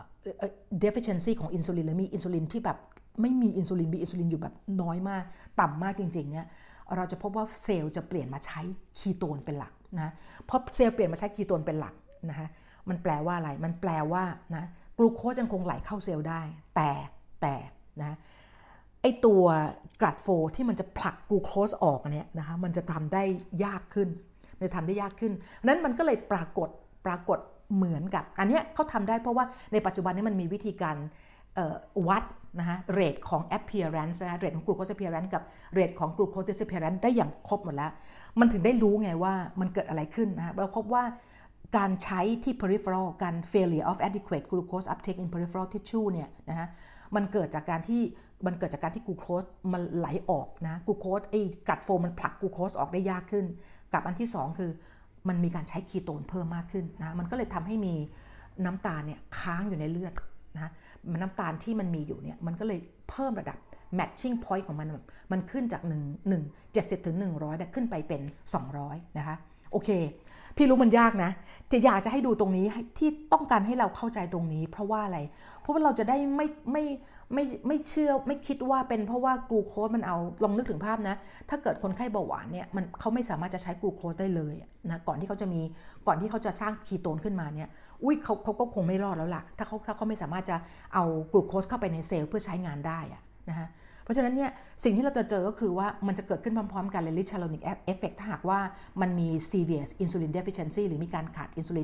deficiency ของอินซูลินหรือมีอินซูลินที่แบบไม่มีอินซูลินมีอินซูลินอยู่แบบน้อยมากต่ำมากจริงๆเนี่ยเราจะพบว่าเซลล์จะเปลี่ยนมาใช้คีโตนเป็นหลักนะพอเซลล์เปลี่ยนมาใช้คีโตนเป็นหลักนะคะมันแปลว่าอะไรมันแปลว่านะกลูโคสยังคงไหลเข้าเซลล์ได้แต่แต่นะไอตัวกลัดโฟที่มันจะผลักกลูโคสออกเนี่ยนะคะมันจะทำได้ยากขึ้นจะทำได้ยากขึ้นนั้นมันก็เลยปรากฏปรากฏเหมือนกับอันนี้เขาทำได้เพราะว่าในปัจจุบันนี้มันมีวิธีการวัดนะคะเรทของ appearance นะเรทของ glucose appearance กับเรทของ glucose disappearance ได้อย่างครบหมดแล้วมันถึงได้รู้ไงว่ามันเกิดอะไรขึ้นนะเราพบว่าการใช้ที่ peripheral การ failure of adequate glucose uptake in peripheral tissue เนี่ยนะฮะมันเกิดจากการที่มันเกิดจากการที่กลูโคสมันไหลออกนะกลูโคสไอ้กัดโฟมมันผลักกลูโคสออกได้ยากขึ้นกับอันที่สองคือมันมีการใช้คีโตนเพิ่มมากขึ้นนะมันก็เลยทำให้มีน้ำตาลเนี่ยค้างอยู่ในเลือดนะมันน้ำตาลที่มันมีอยู่เนี่ยมันก็เลยเพิ่มระดับ matching point ของมันมันขึ้นจากหนึ่ง หนึ่ง เจ็ดสิบถึงหนึ่งร้อยได้ขึ้นไปเป็นสองร้อยนะคะโอเคพี่รู้มันยากนะจะอยากจะให้ดูตรงนี้ที่ต้องการให้เราเข้าใจตรงนี้เพราะว่าอะไรเพราะว่าเราจะได้ไม่ไม่ไม่ไม่เชื่อไม่คิดว่าเป็นเพราะว่ากลูโคสมันเอาลองนึกถึงภาพนะถ้าเกิดคนไข้เบาหวานเนี่ยมันเขาไม่สามารถจะใช้กลูโคสได้เลยนะก่อนที่เขาจะมีก่อนที่เขาจะสร้างคีโตนขึ้นมาเนี่ยอุ้ยเขาเขาก็คงไม่รอดแล้วล่ะถ้าเขาถ้าเขาไม่สามารถจะเอากลูโคสเข้าไปในเซลล์เพื่อใช้งานได้อะนะฮะเพราะฉะนั้นเนี่ยสิ่งที่เราจะเจอก็คือว่ามันจะเกิดขึ้นพร้อมๆกันเลย Rich Chladnick effect ถ้าหากว่ามันมี severe insulin deficiency หรือมีการขาดอินซูลิน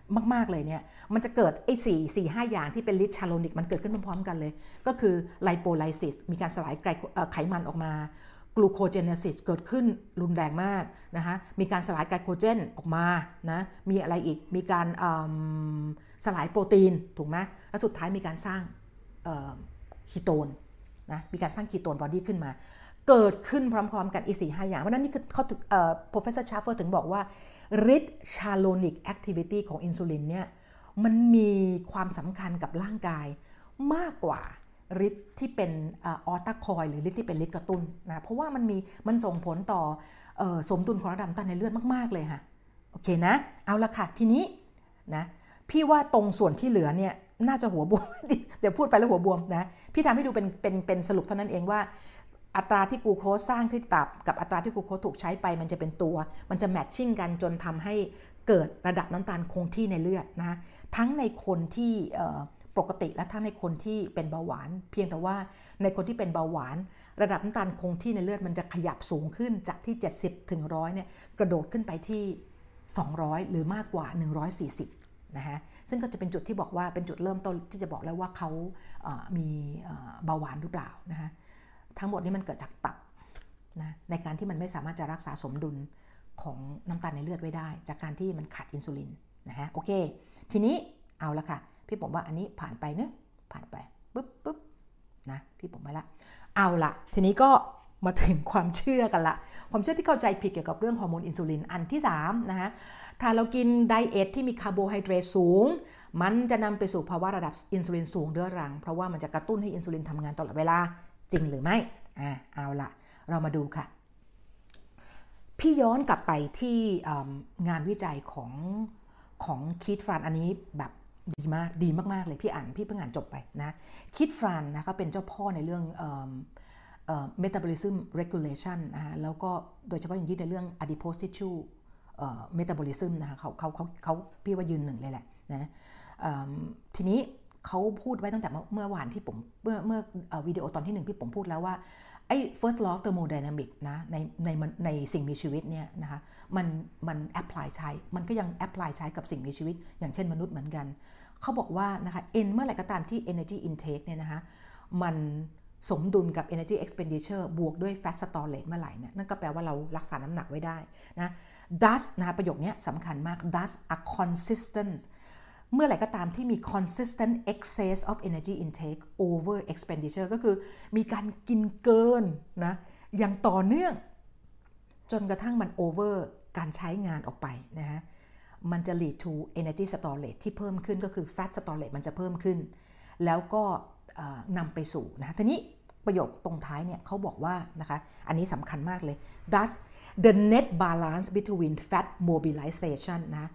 มากๆเลยเนี่ยมันจะเกิดไอ้สี่ สี่ ห้าอย่างที่เป็นฤทธิ์ชาโลนิกมันเกิดขึ้นพร้อมๆกันเลยก็คือไลโปไลซิสมีการสลายไขมันออกมากลูโคเจเนซิสเกิดขึ้นรุนแรงมากนะคะมีการสลายไกลโคเจนออกมานะมีอะไรอีกมีการสลายโปรตีนถูกไหมแล้วสุดท้ายมีการสร้างคีโตนนะมีการสร้างคีโตนบอดี้ขึ้นมาเกิดขึ้นพร้อมๆกันอีก สี่ ห้า อย่างเพราะนั้นนี่คือเขาถึงเอ่อ professor Schaffer ถึงบอกว่าฤทธิ์ชาโลนิกแอคทิวิตี้ของอินซูลินเนี่ยมันมีความสำคัญกับร่างกายมากกว่าฤทธิ์ที่เป็นออตาคอยหรือฤทธิ์ที่เป็นฤทธิ์กระตุ้นนะเพราะว่ามันมีมันส่งผลต่อเอ่อสมดุลของระดับน้ำตาลในเลือดมากๆเลยค่ะโอเคนะเอาละค่ะทีนี้นะพี่ว่าตรงส่วนที่เหลือเนี่ยน่าจะหัวบวม เดี๋ยวพูดไปแล้วหัวบวมนะพี่ทำให้ดูเป็นเป็นเป็นสรุปเท่านั้นเองว่าอัตราที่กลูโคสสร้างที่ตับกับอัตราที่กลูโคสถูกใช้ไปมันจะเป็นตัวมันจะแมทชิ่งกันจนทำให้เกิดระดับน้ำตาลคงที่ในเลือดนะทั้งในคนที่ปกติและทั้งในคนที่เป็นเบาหวานเพียงแต่ว่าในคนที่เป็นเบาหวานระดับน้ำตาลคงที่ในเลือดมันจะขยับสูงขึ้นจากที่เจ็ดสิบถึงหนึ่งร้อยเนี่ยกระโดดขึ้นไปที่สองร้อยหรือมากกว่าหนึ่งร้อยสี่สิบนะฮะซึ่งก็จะเป็นจุดที่บอกว่าเป็นจุดเริ่มต้นที่จะบอกแล้วว่าเขามีเบาหวานหรือเปล่านะฮะทั้งหมดนี้มันเกิดจากตับนะในการที่มันไม่สามารถจะรักษาสมดุลของน้ำตาลในเลือดไว้ได้จากการที่มันขาดอินซูลินนะฮะโอเคทีนี้เอาละค่ะพี่ผมว่าอันนี้ผ่านไปเนอะผ่านไปปุ๊บปุ๊บนะพี่ผมไปละเอาละทีนี้ก็มาถึงความเชื่อกันละความเชื่อที่เข้าใจผิดเกี่ยวกับเรื่องฮอร์โมนอินซูลินอันที่สามนะฮะถ้าเรากินไดเอทที่มีคาร์โบไฮเดรตสูงมันจะนำไปสู่ภาวะระดับอินซูลินสูงเรื้อรังเพราะว่ามันจะกระตุ้นให้อินซูลินทำงานตลอดเวลาจริงหรือไม่อ่าเอาละเรามาดูค่ะพี่ย้อนกลับไปที่งานวิจัยของของคีธฟรานอันนี้แบบดีมากดีมากๆเลยพี่อ่านพี่เพิ่งอ่านจบไปนะคีธฟรานนะเขาเป็นเจ้าพ่อในเรื่องเอ่อเอ่อ metabolism regulation นะฮะแล้วก็โดยเฉพาะอย่างยิ่งในเรื่อง adipose tissue เอ่อ metabolism นะคะเขาเขาเขาเขาพี่ว่ายืนหนึ่งเลยแหละนะทีนี้เขาพูดไว้ตั้งแต่เมื่อวานที่ผมเมื่อเมื่อวิดีโอตอนที่หนึ่งพี่ผมพูดแล้วว่าไอ้ first law of thermodynamics นะในในในสิ่งมีชีวิตเนี่ยนะคะมันมัน apply ใช้มันก็ยัง apply ใช้กับสิ่งมีชีวิตอย่างเช่นมนุษย์เหมือนกันเขาบอกว่านะคะ n เมื่อไหร่ก็ตามที่ energy intake เนี่ยนะคะมันสมดุลกับ energy expenditure บวกด้วย fat storage เมื่อไหร่เนี่ยนั่นก็แปลว่าเรารักษาน้ำหนักไว้ได้นะ thus นะคะประโยคนี้สำคัญมาก thus a consistentเมื่อไหร่ก็ตามที่มี consistent excess of energy intake over expenditure ก็คือมีการกินเกินนะอย่างต่อเนื่องจนกระทั่งมัน over การใช้งานออกไปนะฮะมันจะ lead to energy storage ที่เพิ่มขึ้นก็คือ fat storage มันจะเพิ่มขึ้นแล้วก็นำไปสู่นะทีนี้ประโยคตรงท้ายเนี่ยเขาบอกว่านะคะอันนี้สำคัญมากเลย thus the net balance between fat mobilization นะ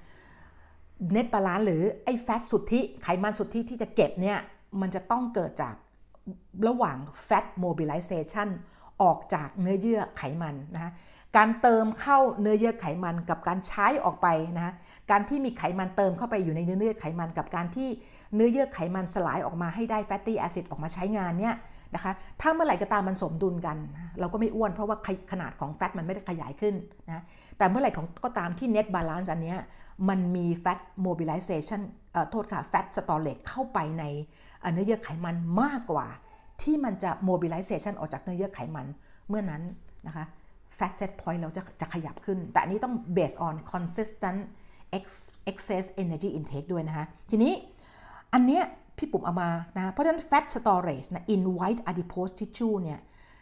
net balance หรือไอ้แฟตสุทธิไขมันสุทธิที่จะเก็บเนี่ยมันจะต้องเกิดจากระหว่าง fat mobilization ออกจากเนื้อเยื่อไขมันนะการเติมเข้าเนื้อเยื่อไขมันกับการใช้ออกไปนะการที่มีไขมันเติมเข้าไปอยู่ในเนื้อเยื่อไขมันกับการที่เนื้อเยื่อไขมันสลายออกมาให้ได้ fatty acid ออกมาใช้งานเนี่ยนะคะถ้าเมื่อไหร่ก็ตามมันสมดุลกันเราก็ไม่อ้วนเพราะว่าขนาดของแฟตมันไม่ได้ขยายขึ้นนะแต่เมื่อไหร่ก็ตามที่ net balance อันนี้มันมี fat mobilization เอ่อโทษค่ะ fat storage เข้าไปในเนื้อเยื่อไขมันมากกว่าที่มันจะ mobilization ออกจากเนื้อเยื่อไขมันเมื่อนั้นนะคะ fat set point เราจะจะขยับขึ้นแต่อันนี้ต้อง based on consistent excess energy intake ด้วยนะคะทีนี้อันเนี้ยพี่ปุ่มเอามานะเพราะฉะนั้น fat storage นะ in white adipose tissue เนี่ย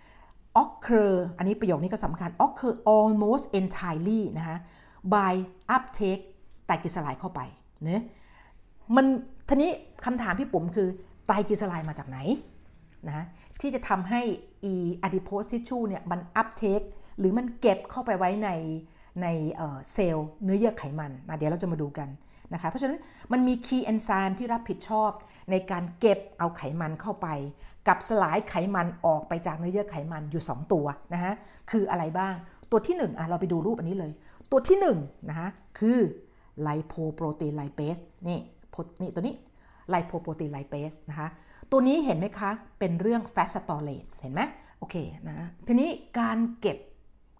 occur อันนี้ประโยคนี้ก็สำคัญ occur almost entirely นะคะ by uptake ไตรกลีเซอไรด์เข้าไปเนะมันทีนี้คำถามพี่ปุ๋มคือไตรกลีเซอไรด์มาจากไหนนะที่จะทำให้ e adipose tissue เนี่ยมัน uptake หรือมันเก็บเข้าไปไว้ในในเซลล์เนื้อเยื่อไขมันนะเดี๋ยวเราจะมาดูกันนะคะเพราะฉะนั้นมันมี key enzyme ที่รับผิดชอบในการเก็บเอาไขมันเข้าไปกับสลายไขมันออกไปจากเนื้อเยื่อไขมันอยู่สองตัวนะฮะคืออะไรบ้างตัวที่หนึ่งอ่ะเราไปดูรูปอันนี้เลยตัวที่หนึ่งนะคะคือไลโพโปรตีนไลเปสนี่นี่ตัวนี้ไลโพโปรตีนไลเปสนะคะตัวนี้เห็นไหมคะเป็นเรื่อง fat storage เห็นไหมโอเคนะทีนี้การเก็บ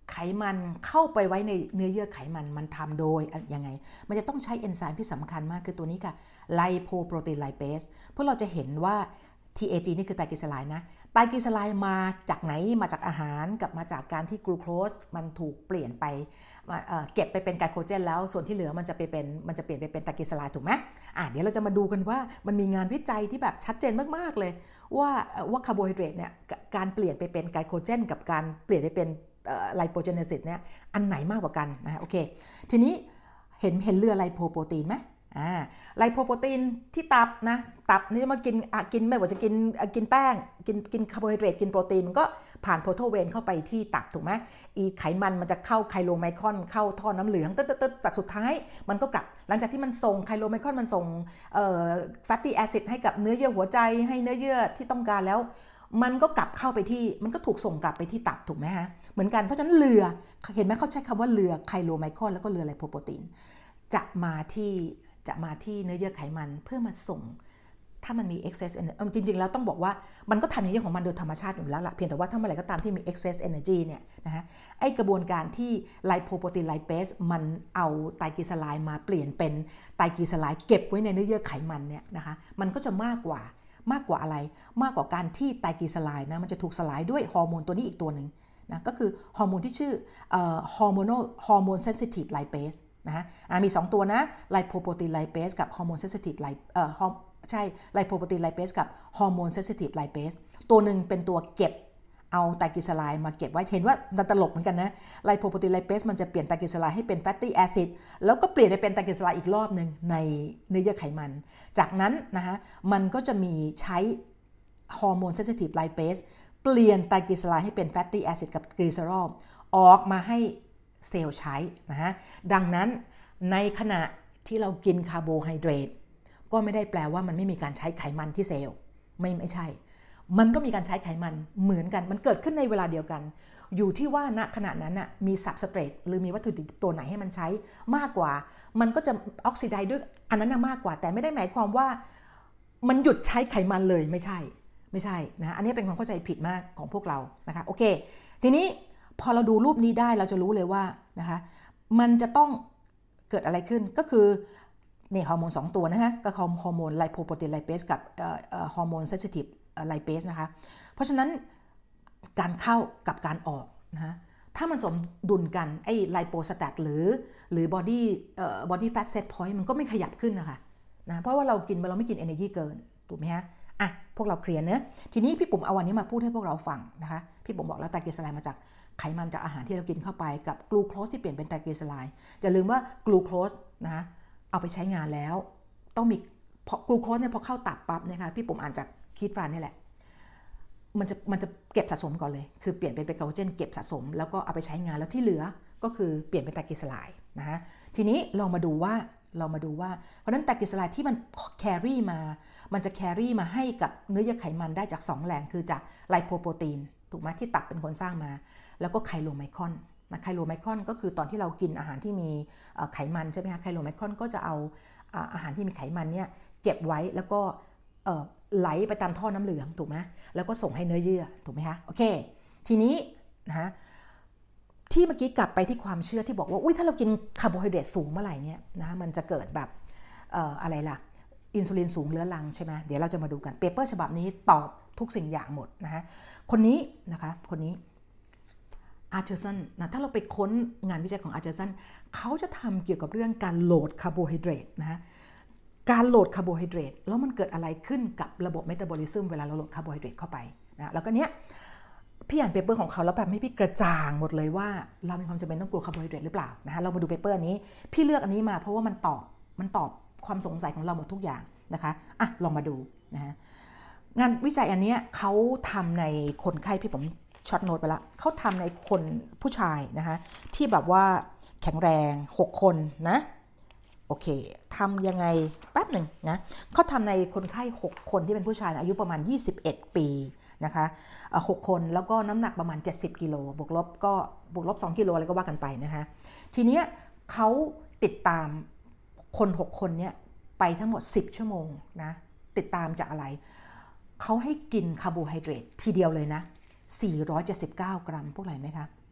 ไขมันเข้าไปไว้ในเนื้อเยื่อไขมันมันทำโดยยังไงมันจะต้องใช้เอนไซม์ที่สำคัญมากคือตัวนี้ค่ะไลโพโปรตีนไลเปสเพราะเราจะเห็นว่า ที เอ จี นี่คือไตรกลีเซอไรด์นะไตรกลีเซอไรด์มาจากไหนมาจากอาหารกับมาจากการที่กลูโคสมันถูกเปลี่ยนไปเก็บไปเป็นไกลโคเจนแล้วส่วนที่เหลือมันจะไปเป็นมันจะเปลี่ยนไปเป็นไตรกลีเซอไรด์ถูกไหมอ่ะเดี๋ยวเราจะมาดูกันว่ามันมีงานวิจัยที่แบบชัดเจนมากๆเลยว่าว่าคาร์โบไฮเดรตเนี่ยการเปลี่ยนไปเป็นไกลโคเจนกับการเปลี่ยนไปเป็นไลโปเจเนซิสเนี่ยอันไหนมากกว่ากันนะโอเคทีนี้เห็นเห็นเรือไลโพโปรตีนไหมอ่าไลโพโปรตีนที่ตับนะตับนี่มันกินกินไม่ว่าจะกินกินแป้งกินกินคาร์โบไฮเดรตกินโปรตีนมันก็ผ่านโพโทเวนเข้าไปที่ตับถูกไหมอีไขมันมันจะเข้าไคโลไมครอนเข้าท่อน้ำเหลืองตึ๊ดๆจากสุดท้ายมันก็กลับหลังจากที่มันส่งไคโลไมครอนมันส่งแฟตตี้แอซิดให้กับเนื้อเยื่อหัวใจให้เนื้อเยื่อที่ต้องการแล้วมันก็กลับเข้าไปที่มันก็ถูกส่งกลับไปที่ตับถูกไหมฮะเหมือนกันเพราะฉะนั้นเรือเห็นไหมเขาใช้คำว่าเรือไคโลไมครอนแล้วก็เรือไลโพโปรตีนจะมาที่จะมาที่เนื้อเยื่อไขมันเพื่อมาส่งถ้ามันมี excess energy จริงๆแล้วต้องบอกว่ามันก็ทำอย่างนี้ของมันโดยธรรมชาติอยู่แล้วล่ะเพียงแต่ว่าถ้าเมื่อไหร่ก็ตามที่มี excess energy เนี่ยนะฮะไอกระบวนการที่ไลโพโปรตีนไลเปสมันเอาไตรกลีเซอไรด์มาเปลี่ยนเป็นไตรกลีเซอไรด์เก็บไว้ในเนื้อเยื่อไขมันเนี่ยนะคะมันก็จะมากกว่ามากกว่าอะไรมากกว่าการที่ไตรกลีเซอไรด์นะมันจะถูกสลายด้วยฮอร์โมนตัวนี้อีกตัวหนึ่งนะก็คือฮอร์โมนที่ชื่อฮอร์โมนฮอร์โมนเซนซิทีฟไลเปสนะฮะมีสองตัวนะไลโพโปรตีนไลเปสกับฮอร์โมนเซนซิทีฟไลเอ่อใช่ไลโพโปรตีนไลเปสกับฮอร์โมนเซนซิทีฟไลเปสตัวหนึ่งเป็นตัวเก็บเอาไตรกลีเซอไรด์มาเก็บไว้เห็นว่ามันตลกเหมือนกันนะไลโพโปรตีนไลเปสมันจะเปลี่ยนไตรกลีเซอไรด์ให้เป็นแฟตตี้แอซิดแล้วก็เปลี่ยนไปเป็นไตรกลีเซอไรด์อีกรอบหนึ่งในเนื้อเยื่อไขมันจากนั้นนะฮะมันก็จะมีใช้ฮอร์โมนเซนซิทีฟไลเปสเปลี่ยนไตรกลีเซอไรด์ให้เป็นแฟตตี้แอซิดกับกลีเซอรอลออกมาให้เซลล์ใช้นะฮะดังนั้นในขณะที่เรากินคาร์โบไฮเดรตก็ไม่ได้แปลว่ามันไม่มีการใช้ไขมันที่เซลล์ไม่ไม่ใช่มันก็มีการใช้ไขมันเหมือนกันมันเกิดขึ้นในเวลาเดียวกันอยู่ที่ว่าณขณะนั้นน่ะมีซับสเตรทหรือมีวัตถุดิบตัวไหนให้มันใช้มากกว่ามันก็จะออกซิไดซ์ด้วยอันนั้นมากกว่าแต่ไม่ได้หมายความว่ามันหยุดใช้ไขมันเลยไม่ใช่ไม่ใช่นะอันนี้เป็นความเข้าใจผิดมากของพวกเรานะคะโอเคทีนี้พอเราดูรูปนี้ได้เราจะรู้เลยว่านะคะมันจะต้องเกิดอะไรขึ้นก็คือนี่ฮอร์โมนสองตัวนะฮะก็ฮอร์โมนไลโพโปรตีนไลเปสกับฮอร์โมนเซนซิทีฟไลเปสนะคะเพราะฉะนั้นการเข้ากับการออกนะฮะถ้ามันสมดุลกันไอ้ไลโปสแตทหรือหรือบอดี้เอ่อบอดี้แฟตเซตพอยต์มันก็ไม่ขยับขึ้นนะคะนะเพราะว่าเรากินเราไม่กิน energy เกินถูกไหมฮะอ่ะพวกเราเคลียร์เนอะทีนี้พี่ปุ๋มเอาวันนี้มาพูดให้พวกเราฟังนะคะพี่ปุ๋มบอกแล้วไตรกลีเซอไรด์มาจากไขมันจากอาหารที่เรากินเข้าไปกับกลูโคสที่เปลี่ยนเป็นไตรกลีเซอไรด์อย่าลืมว่ากลูโคสนะเอาไปใช้งานแล้วต้องมีพอกลูโคสเนี่ยพอเข้าตับปั๊บนะคะพี่ปุ๋มอ่านจากคีดฟรานนี่แหละมันจะมันจะเก็บสะสมก่อนเลยคือเปลี่ยนเป็นไกลโคเจนเก็บสะสมแล้วก็เอาไปใช้งานแล้วที่เหลือก็คือเปลี่ยนเป็นไตรกลีเซอไรด์นะฮะทีนี้ลองมาดูว่าเรามาดูว่าเพราะนั้นไตรกลีเซอไรด์ที่มันแครี่มามันจะแครี่มาให้กับเนื้อเยื่อไขมันได้จากสองแหล่งคือจากไลโพโปรตีนถูกไหมที่ตับเป็นคนสร้างมาแล้วก็ไคโลไมครอนนะไคโลไมครอนก็คือตอนที่เรากินอาหารที่มีไขมันใช่ไหมคะไคโลไมครอนก็จะเอาอาหารที่มีไขมันเนี่ยเก็บไว้แล้วก็ไหลไปตามท่อน้ำเหลืองถูกไหมแล้วก็ส่งให้เนื้อเยื่อถูกไหมคะโอเคทีนี้นะฮะที่เมื่อกี้กลับไปที่ความเชื่อที่บอกว่าอุ้ยถ้าเรากินคาร์โบไฮเดรตสูงเมื่อไหร่เนี่ยนะมันจะเกิดแบบเอ่ออะไรล่ะอินซูลินสูงเรื้อรังใช่ไหมเดี๋ยวเราจะมาดูกันเปเปอร์ฉบับนี้ตอบทุกสิ่งอย่างหมดนะฮะคนนี้นะคะคนนี้อาร์เชอร์สันนะถ้าเราไปค้นงานวิจัยของอาร์เชอร์สันเขาจะทำเกี่ยวกับเรื่องการโหลดคาร์โบไฮเดรตนะฮะการโหลดคาร์โบไฮเดรตแล้วมันเกิดอะไรขึ้นกับระบบเมตาบอลิซึมเวลาเราโหลดคาร์โบไฮเดรตเข้าไปนะแล้วก็เนี้ยพี่อ่านเปเปอร์ของเขาแล้วแบบให้พี่กระจ่างหมดเลยว่าเรามีความจำเป็นต้องกลัวคาร์โบไฮเดรตหรือเปล่านะฮะเรามาดูเปเปอร์นี้พี่เลือกอันนี้มาเพราะว่ามันตอบมันตอบความสงสัยของเราหมดทุกอย่างนะคะอ่ะลองมาดูนะฮะงานวิจัยอันนี้เขาทำในคนไข้พี่ผมช็อตโน้ตไปละเขาทำในคนผู้ชายนะคะที่แบบว่าแข็งแรงหกคนนะโอเคทำยังไงแป๊บหนึ่งนะเขาทำในคนไข้หกคนที่เป็นผู้ชายอายุประมาณยี่สิบเอ็ดปีนะคะหกคนแล้วก็น้ำหนักประมาณเจ็ดสิบกิโลบวกลบก็บวกลบสองกิโลอะไรก็ว่ากันไปนะคะทีเนี้ยเขาติดตามคนหกคนเนี้ยไปทั้งหมดสิบชั่วโมงนะติดตามจากอะไรเขาให้กินคาร์โบไฮเดรตทีเดียวเลยนะสี่ร้อยเจ็ดสิบเก้ากรัมพวกไหนไหมคะ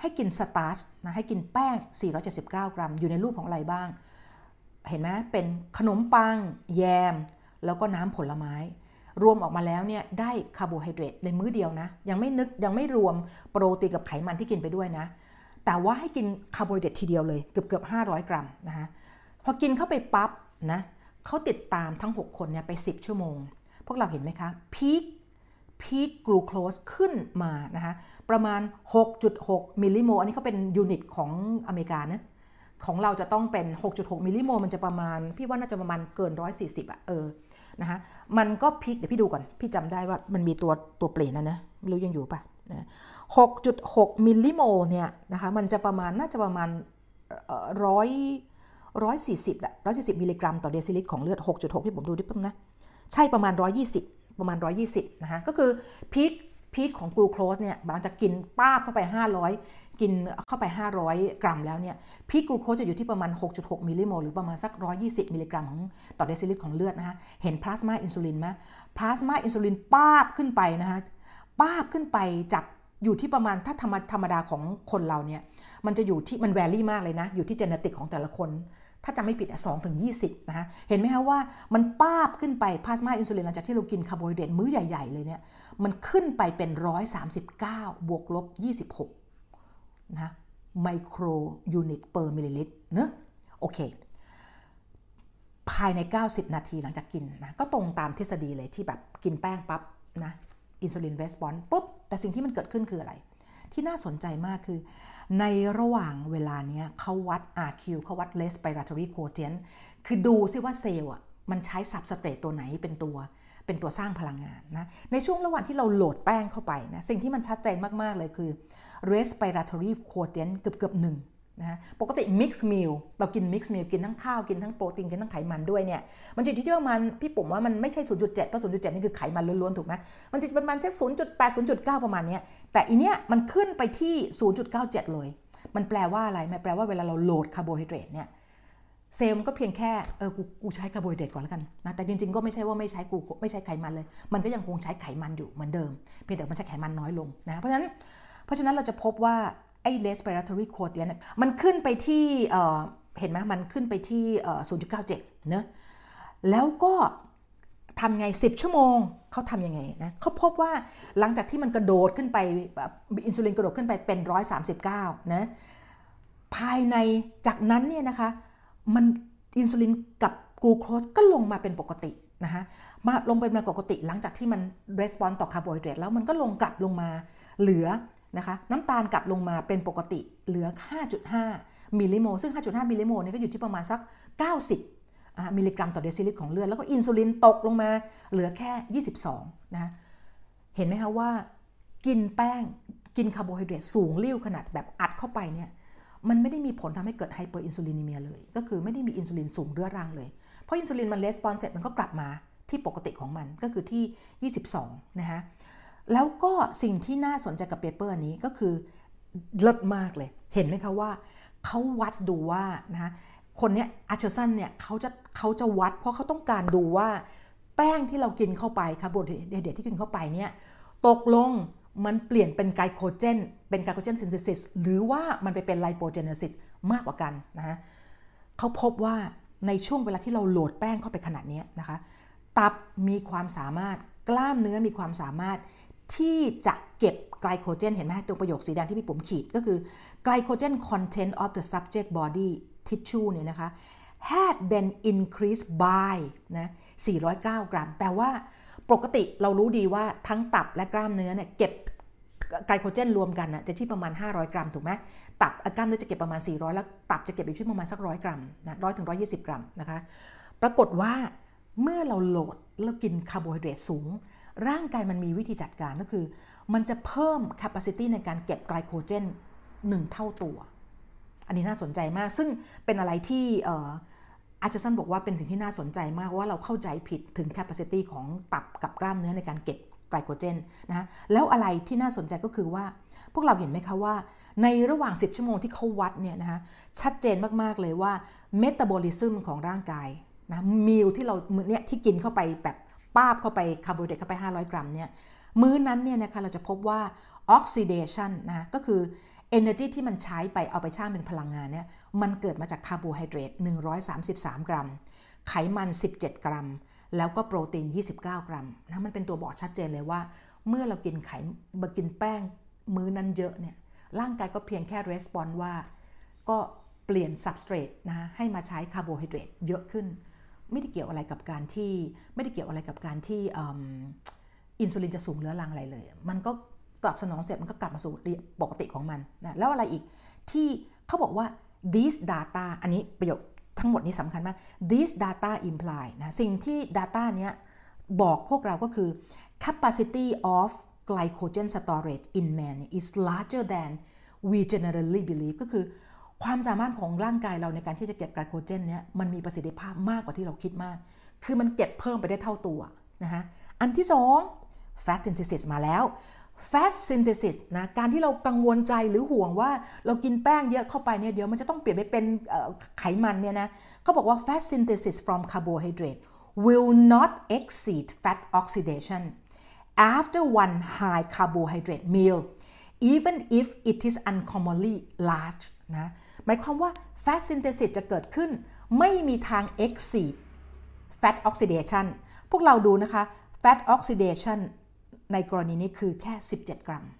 ให้กินสตาร์ชนะให้กินแป้งสี่ร้อยเจ็ดสิบเก้ากรัมอยู่ในรูปของอะไรบ้างเห็นไหมเป็นขนมปังแยมแล้วก็น้ำผลไม้รวมออกมาแล้วเนี่ยได้คาร์โบไฮเดรตในมื้อเดียวนะยังไม่นึกยังไม่รวมโปรตีนกับไขมันที่กินไปด้วยนะแต่ว่าให้กินคาร์โบไฮเดรตทีเดียวเลยเกือบเกือบห้าร้อยกรัมนะคะพอกินเข้าไปปั๊บนะเขาติดตามทั้งหกคนเนี่ยไปสิบชั่วโมงพวกเราเห็นไหมคะพีคพีคกลูโคสขึ้นมานะคะประมาณ หกจุดหก มิลลิโมลอันนี้เขาเป็นยูนิตของอเมริกานะของเราจะต้องเป็น หกจุดหก มิลลิโมลมันจะประมาณพี่ว่าน่าจะประมาณเกินหนึ่งร้อยสี่สิบอ่ะเออนะคะมันก็พีคเดี๋ยวพี่ดูก่อนพี่จำได้ว่ามันมีตัวตัวเปลี่ยนนะนะไม่รู้ยังอยู่ป่ะนะ หกจุดหก มิลลิโมลเนี่ยนะคะมันจะประมาณน่าจะประมาณเอ่อร้อยร้อยสี่สิบอะร้อยสี่สิบมิลลิกรัมต่อเดซิลิตรของเลือด หกจุดหก ที่ผมดูดิปุ๊บนะใช่ประมาณหนึ่งร้อยยี่สิบประมาณหนึ่งร้อยยี่สิบนะคะก็คือพีคพีคของกลูโคสเนี่ยบางจะกินป้าบเข้าไปห้าร้อยกินเข้าไปห้าร้อยกรัมแล้วเนี่ยพีคกลูโคสจะอยู่ที่ประมาณ หกจุดหก มิลลิโมลหรือประมาณสักหนึ่งร้อยยี่สิบมิลลิกรัมของต่อเดซิลิตรของเลือดนะคะเห็นพลาสมาอินซูลินไหมพลาสมาอินซูลินป้าบขึ้นไปนะคะป้าบขึ้นไปจากอยู่ที่ประมาณถ้าธรรมธรรมดาของคนเราเนี่ยมันจะอยู่ที่มันแวรี่มากเลยนะอยู่ที่เจเนติกของแต่ละคนถ้าจำไม่ผิดอ่ะสองถึงยี่สิบนะคะเห็นไหมคะว่ามันป้าบขึ้นไปพลาสมาอินซูลินหลังจากที่เรากินคาร์โบไฮเดรตมื้อใหญ่ๆเลยเนี่ยมันขึ้นไปเป็นหนึ่งร้อยสามสิบเก้าบวกลบยี่สิบหกนะไมโครยูนิตเปอร์มิลลิลิตรเนอะโอเคภายในเก้าสิบนาทีหลังจากกินนะก็ตรงตามทฤษฎีเลยที่แบบกินแป้งปั๊บนะอินซูลินเรสปอนส์ปุ๊บแต่สิ่งที่มันเกิดขึ้นคืออะไรที่น่าสนใจมากคือในระหว่างเวลานี้เขาวัด อาร์ คิว เขาวัด respiratory quotient คือดูซิว่าเซลล์อ่ะมันใช้ substrate ตัวไหนเป็นตัวเป็นตัวสร้างพลังงานนะในช่วงระหว่างที่เราโหลดแป้งเข้าไปนะสิ่งที่มันชัดเจนมากๆเลยคือ respiratory quotient เกือบเกือบหนึ่งนะปกติ mix meal เรากิน mix meal กินทั้งข้าวกินทั้งโปรตีนกินทั้งไขมันด้วยเนี่ยมันจะอยู่ที่ประมาณพี่ปุ๋มว่ามันไม่ใช่ ศูนย์จุดเจ็ด เพราะ ศูนย์จุดเจ็ด นี่คือไขมันล้วนๆถูกไหมมันจะประมาณแค่ ศูนย์จุดแปด ศูนย์จุดเก้า ประมาณนี้แต่อีเนี้ยมันขึ้นไปที่ ศูนย์จุดเก้าเจ็ด เลยมันแปลว่าอะไรมันแปลว่าเวลาเราโหลดคาร์โบไฮเดรตเนี่ยเซลล์มันก็เพียงแค่เออกูกูใช้คาร์โบไฮเดรตก่อนแล้วกันนะแต่จริงๆก็ไม่ใช่ว่าไม่ใช้กูไม่ใช้ไขมันเลยมันก็ยังคงใช้ไขมันอยู่เหมือนเดิมเพียงแต่มันใช้ไขมันน้อยลงนะเพราะฉะนั้นเพราะฉะนั้นเราจะพบว่าไอ้ respiratory quotient เนี่ยมันขึ้นไปที่เอ่อเห็นไหมมันขึ้นไปที่เอ่อ ศูนย์จุดเก้าเจ็ด เนอะแล้วก็ทำไงสิบชั่วโมงเขาทำยังไงนะเขาพบว่าหลังจากที่มันกระโดดขึ้นไปอินซูลินกระโดดขึ้นไปเป็นหนึ่งร้อยสามสิบเก้านะภายในจากนั้นเนี่ยนะคะมันอินซูลินกับกลูโคสก็ลงมาเป็นปกตินะคะมาลงเป็นปกติหลังจากที่มันรีสปอนส์ต่อคาร์โบไฮเดรตแล้วมันก็ลงกลับลงมาเหลือนะคะน้ำตาลกลับลงมาเป็นปกติเหลือ ห้าจุดห้า มิลลิโมลซึ่ง ห้าจุดห้า มิลลิโมลนี่ก็อยู่ที่ประมาณสักเก้าสิบมิลลิกรัมต่อเดซิลิตรของเลือดแล้วก็อินซูลินตกลงมาเหลือแค่ยี่สิบสองนะเห็นไหมคะว่ากินแป้งกินคาร์โบไฮเดรตสูงลิ่วขนาดแบบอัดเข้าไปเนี่ยมันไม่ได้มีผลทำให้เกิดไฮเปอร์อินซูลินีเมียเลยก็คือไม่ได้มีอินซูลินสูงเรื้อรังเลยเพราะอินซูลินมันレスปอนส์เสร็จมันก็กลับมาที่ปกติของมันก็คือที่ยี่สิบสองนะคะแล้วก็สิ่งที่น่าสนใจกับเปเปอร์นี้ก็คือเลิศมากเลยเห็นไหมคะว่าเขาวัดดูว่านะคะคนเนี้ยอาร์เชอร์สันเนี่ยเขาจะเขาจะวัดเพราะเขาต้องการดูว่าแป้งที่เรากินเข้าไปคาร์โบไฮเดรตที่กินเข้าไปเนี่ยตกลงมันเปลี่ยนเป็นไกลโคเจนเป็นไกลโคเจนซินเทซิสหรือว่ามันไปเป็นไลโปเจเนซิสมากกว่ากันนะฮะเขาพบว่าในช่วงเวลาที่เราโหลดแป้งเข้าไปขนาดนี้นะคะตับมีความสามารถกล้ามเนื้อมีความสามารถที่จะเก็บไกลโคเจนเห็นไหมตัวประโยคสีแดงที่พี่ผมขีดก็คือ glycogen content of the subject body tissue เนี่ยนะคะ had then increased by นะสี่ร้อยเก้ากรัมแปลว่าปกติเรารู้ดีว่าทั้งตับและกล้ามเนื้อเนี่ยเก็บไกลโคเจนรวมกันนะจะที่ประมาณห้าร้อยกรัมถูกไหมตับกล้ามเนื้อจะเก็บประมาณสี่ร้อยแล้วตับจะเก็บอยู่ที่ประมาณสักร้อยกรัมนะหนึ่งร้อยถึงหนึ่งร้อยยี่สิบกรัมนะคะปรากฏว่าเมื่อเราโหลดแล้วกินคาร์โบไฮเดรตสูงร่างกายมันมีวิธีจัดการก็คือมันจะเพิ่ม capacity ในการเก็บไกลโคเจนหนึ่งเท่าตัวอันนี้น่าสนใจมากซึ่งเป็นอะไรที่อาร์เชอร์สันบอกว่าเป็นสิ่งที่น่าสนใจมากว่าเราเข้าใจผิดถึง capacity ของตับกับกล้ามเนื้อในการเก็บไกลโคเจนนะแล้วอะไรที่น่าสนใจก็คือว่าพวกเราเห็นไหมคะว่าในระหว่างสิบชั่วโมงที่เขาวัดเนี่ยนะคะชัดเจนมากๆเลยว่าเมตาบอลิซึมของร่างกายนะมิลที่เราเนี่ยที่กินเข้าไปแบบป้าบเข้าไปคาร์โบไฮเดรตเข้าไปห้าร้อยกรัมเนี่ยมื้อนั้นเนี่ยนะคะเราจะพบว่าออกซิเดชันนะก็คือ energy ที่มันใช้ไปเอาไปสร้างเป็นพลังงานเนี่ยมันเกิดมาจากคาร์โบไฮเดรตหนึ่งร้อยสามสิบสามกรัมไขมันสิบเจ็ดกรัมแล้วก็โปรตีนยี่สิบเก้ากรัมนะมันเป็นตัวบอกชัดเจนเลยว่าเมื่อเรากินไขมากินแป้งมื้อนั้นเยอะเนี่ยร่างกายก็เพียงแค่ response ว่าก็เปลี่ยน substrate นะให้มาใช้คาร์โบไฮเดรตเยอะขึ้นไม่ได้เกี่ยวอะไรกับการที่ไม่ได้เกี่ยวอะไรกับการที่อินซูลินจะสูงเรื้อรังอะไรเลยมันก็ตอบสนองเสร็จมันก็กลับมาสู่ปกติของมันนะแล้วอะไรอีกที่เขาบอกว่า this data อันนี้ประโยคทั้งหมดนี้สำคัญมาก this data imply นะสิ่งที่ data เนี้ยบอกพวกเราก็คือ capacity of glycogen storage in man is larger than we generally believe ก็คือความสามารถของร่างกายเราในการที่จะเก็บไกลโคเจนเนี่ยมันมีประสิทธิภาพมากกว่าที่เราคิดมากคือมันเก็บเพิ่มไปได้เท่าตัวนะฮะอันที่สอง fat synthesis มาแล้ว fat synthesis นะการที่เรากังวลใจหรือห่วงว่าเรากินแป้งเยอะเข้าไปเนี่ยเดี๋ยวมันจะต้องเปลี่ยนไปเป็นไขมันเนี่ยนะเขาบอกว่า fat synthesis from carbohydrate will not exceed fat oxidation after one high carbohydrate meal even if it is uncommonly large นะหมายความว่า fat synthesis จะเกิดขึ้นไม่มีทาง exceed fat oxidation พวกเราดูนะคะ fat oxidation ในกรณีนี้คือแค่สิบเจ็ดกรัม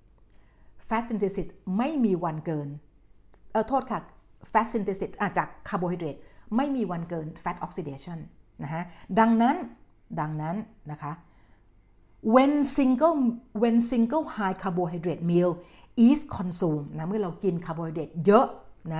fat synthesis ไม่มีวันเกินเออโทษค่ะ fat synthesis จากคาร์โบไฮเดรตไม่มีวันเกิน fat oxidation นะฮะดังนั้นดังนั้นนะคะ when single when single high carbohydrate meal is consumed นะเมื่อเรากินคาร์โบไฮเดรตเยอะนะ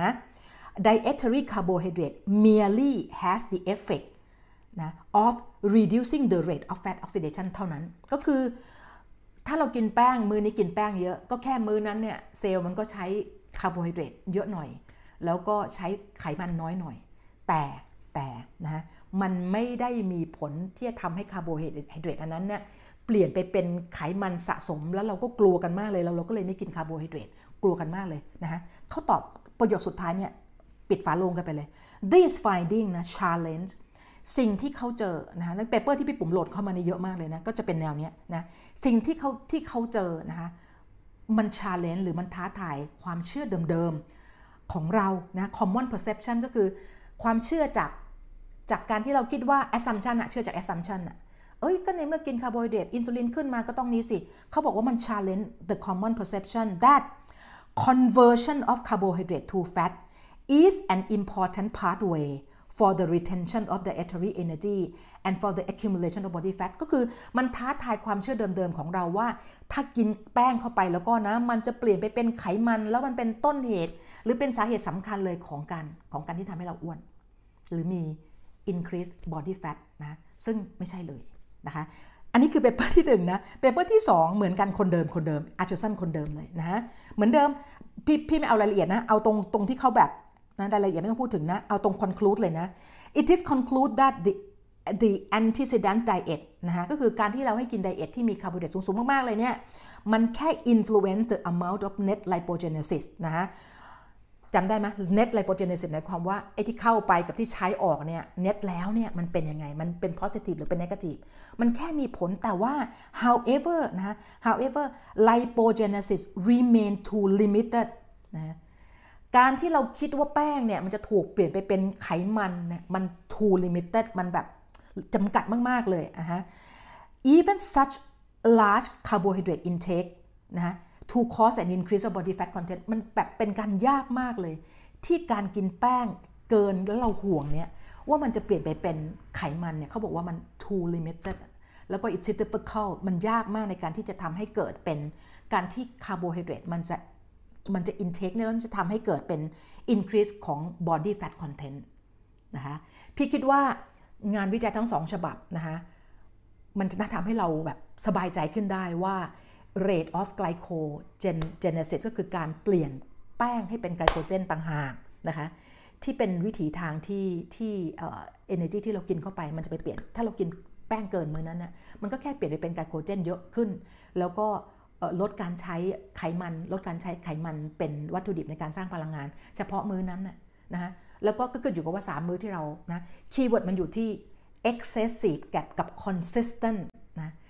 dietary carbohydrate merely has the effect นะ of reducing the rate of fat oxidation เท่านั้นก็คือถ้าเรากินแป้งมื้อนี้กินแป้งเยอะก็แค่มื้อนั้นเนี่ยเซลล์มันก็ใช้คาร์โบไฮเดรตเยอะหน่อยแล้วก็ใช้ไขมันน้อยหน่อยแต่แต่นะมันไม่ได้มีผลที่จะทำให้คาร์โบไฮเดรตอันนั้นเนี่ยเปลี่ยนไปเป็นไขมันสะสมแล้วเราก็กลัวกันมากเลยเราเราก็เลยไม่กินคาร์โบไฮเดรตกลัวกันมากเลยนะฮะเขาตอบประโยคสุดท้ายเนี่ยปิดฝาโลงกันไปเลย this finding นะ challenge สิ่งที่เขาเจอนะฮะในเปเปอร์ที่พี่ปุ๋มโหลดเข้ามาในเยอะมากเลยนะก็จะเป็นแนวเนี้ยนะสิ่งที่เขาที่เขาเจอนะคะมัน challenge หรือมันท้าทายความเชื่อเดิมๆของเรานะ common perception ก็คือความเชื่อจากจากการที่เราคิดว่า assumption อะเชื่อจาก assumption อะเอ้ยก็ในเมื่อกินคาร์โบไฮเดรตอินซูลินขึ้นมาก็ต้องนี้สิเขาบอกว่ามัน challenge the common perception that conversion of carbohydrate to fat is an important pathway for the retention of dietary energy and for the accumulation of body fat ก็คือมันท้าทายความเชื่อเดิมๆของเราว่าถ้ากินแป้งเข้าไปแล้วก็นะมันจะเปลี่ยนไปเป็นไขมันแล้วมันเป็นต้นเหตุหรือเป็นสาเหตุสำคัญเลยของการของการที่ทำให้เราอ้วนหรือมี increase body fat นะซึ่งไม่ใช่เลยนะคะอันนี้คือเปเปอร์ที่หนึ่งนะเปเปอร์ที่สองเหมือนกันคนเดิมคนเดิมอาร์เชอร์สันคนเดิมเลยนะเหมือนเดิมพี่พี่ไม่เอารายละเอียดนะเอาตรงตรงที่เขาแบบนะรายละเอียดไม่ต้องพูดถึงนะเอาตรง conclude เลยนะ it is conclude that the the antecedent diet นะฮะก็คือการที่เราให้กินไดเอทที่มีคาร์โบไฮเดรตสูงๆมากๆเลยเนี่ยมันแค่ influence the amount of net lipogenesis นะฮะจำได้ไหม net lipogenesis หมายความว่าไอ้ที่เข้าไปกับที่ใช้ออกเนี่ย net แล้วเนี่ยมันเป็นยังไงมันเป็น positive หรือเป็น negative มันแค่มีผลแต่ว่า however นะ however lipogenesis remain too limited นะการที่เราคิดว่าแป้งเนี่ยมันจะถูกเปลี่ยนไปเป็นไขมันเนี่ยมัน too limited มันแบบจำกัดมากๆเลยอะฮะ even such large carbohydrate intake นะฮะto cause an increase of body fat content มันแบบเป็นการยากมากเลยที่การกินแป้งเกินแล้วเราห่วงเนี่ยว่ามันจะเปลี่ยนไปเป็นไขมันเนี่ยเขาบอกว่ามัน too limited แล้วก็ it's difficult มันยากมากในการที่จะทำให้เกิดเป็นการที่คาร์โบไฮเดรตมันจะมันจะ intake เนี่ยมันจะทำให้เกิดเป็น increase ของ body fat content นะคะพี่คิดว่างานวิจัยทั้งสองฉบับนะคะมันจะทำให้เราแบบสบายใจขึ้นได้ว่า rate of glycogenesis ก็คือการเปลี่ยนแป้งให้เป็นไกลโคเจนต่างหากนะคะที่เป็นวิถีทางที่ที่เอ่อ energy ที่เรากินเข้าไปมันจะไปเปลี่ยนถ้าเรากินแป้งเกินมื้อนั้นนะมันก็แค่เปลี่ยนไปเป็นไกลโคเจนเยอะขึ้นแล้วก็ลดการใช้ไขมันลดการใช้ไขมันเป็นวัตถุดิบในการสร้างพลังงานเฉพาะมื้อนั้นนะนะแล้วก็ก็เกิดอยู่กับว่าสามมื้อที่เรานะคีย์เวิร์ดมันอยู่ที่ excessive กับกับ consistent นะ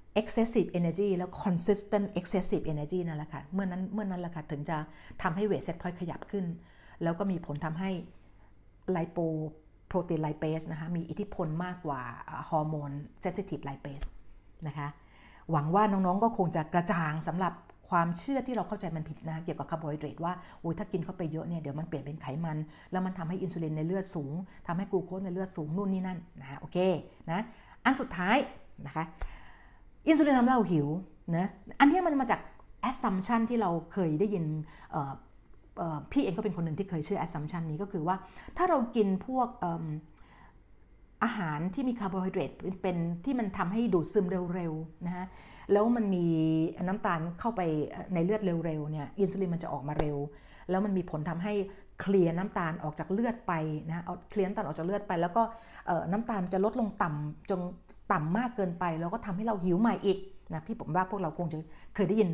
excessive energy แล้ว consistent excessive energy นั่นแหละค่ะเมื่อนั้นเมื่อนั้นแหละค่ะถึงจะทำให้ weight set point ขยับขึ้นแล้วก็มีผลทำให้ lipo protein lipase นะคะมีอิทธิพลมากกว่าฮอร์โมน sensitive lipase นะคะหวังว่าน้องๆก็คงจะกระจ่างสำหรับความเชื่อที่เราเข้าใจมันผิดนะเกี่ยวกับคาร์โบไฮเดรตว่าโอ้ยถ้ากินเข้าไปเยอะเนี่ยเดี๋ยวมันเปลี่ยนเป็นไขมันแล้วมันทำให้อินซูลินในเลือดสูงทำให้กลูโคสในเลือดสูงนู่นนี่นั่นนะโอเคนะอันสุดท้ายนะคะอินซูลินทำให้เราหิวนะอันนี้มันมาจาก assumption ที่เราเคยได้ยินพี่เองก็เป็นคนหนึ่งที่เคยเชื่อ assumption นี้ก็คือว่าถ้าเรากินพวกอาหารที่มีคาร์โบไฮเดรตเป็นที่มันทำให้ดูดซึมเร็วๆนะฮะแล้วมันมีน้ำตาลเข้าไปในเลือดเร็วๆเนี่ยอินซูลินมันจะออกมาเร็วแล้วมันมีผลทำให้เคลียร์น้ำตาลออกจากเลือดไปนะเอาเคลียร์น้ำตาลออกจากเลือดไปแล้วก็น้ำตาลจะลดลงต่ำจนต่ำมากเกินไปแล้วก็ทำให้เราหิวใหม่อีกนะพี่ผมว่าพวกเราคงจะเคยได้ยิน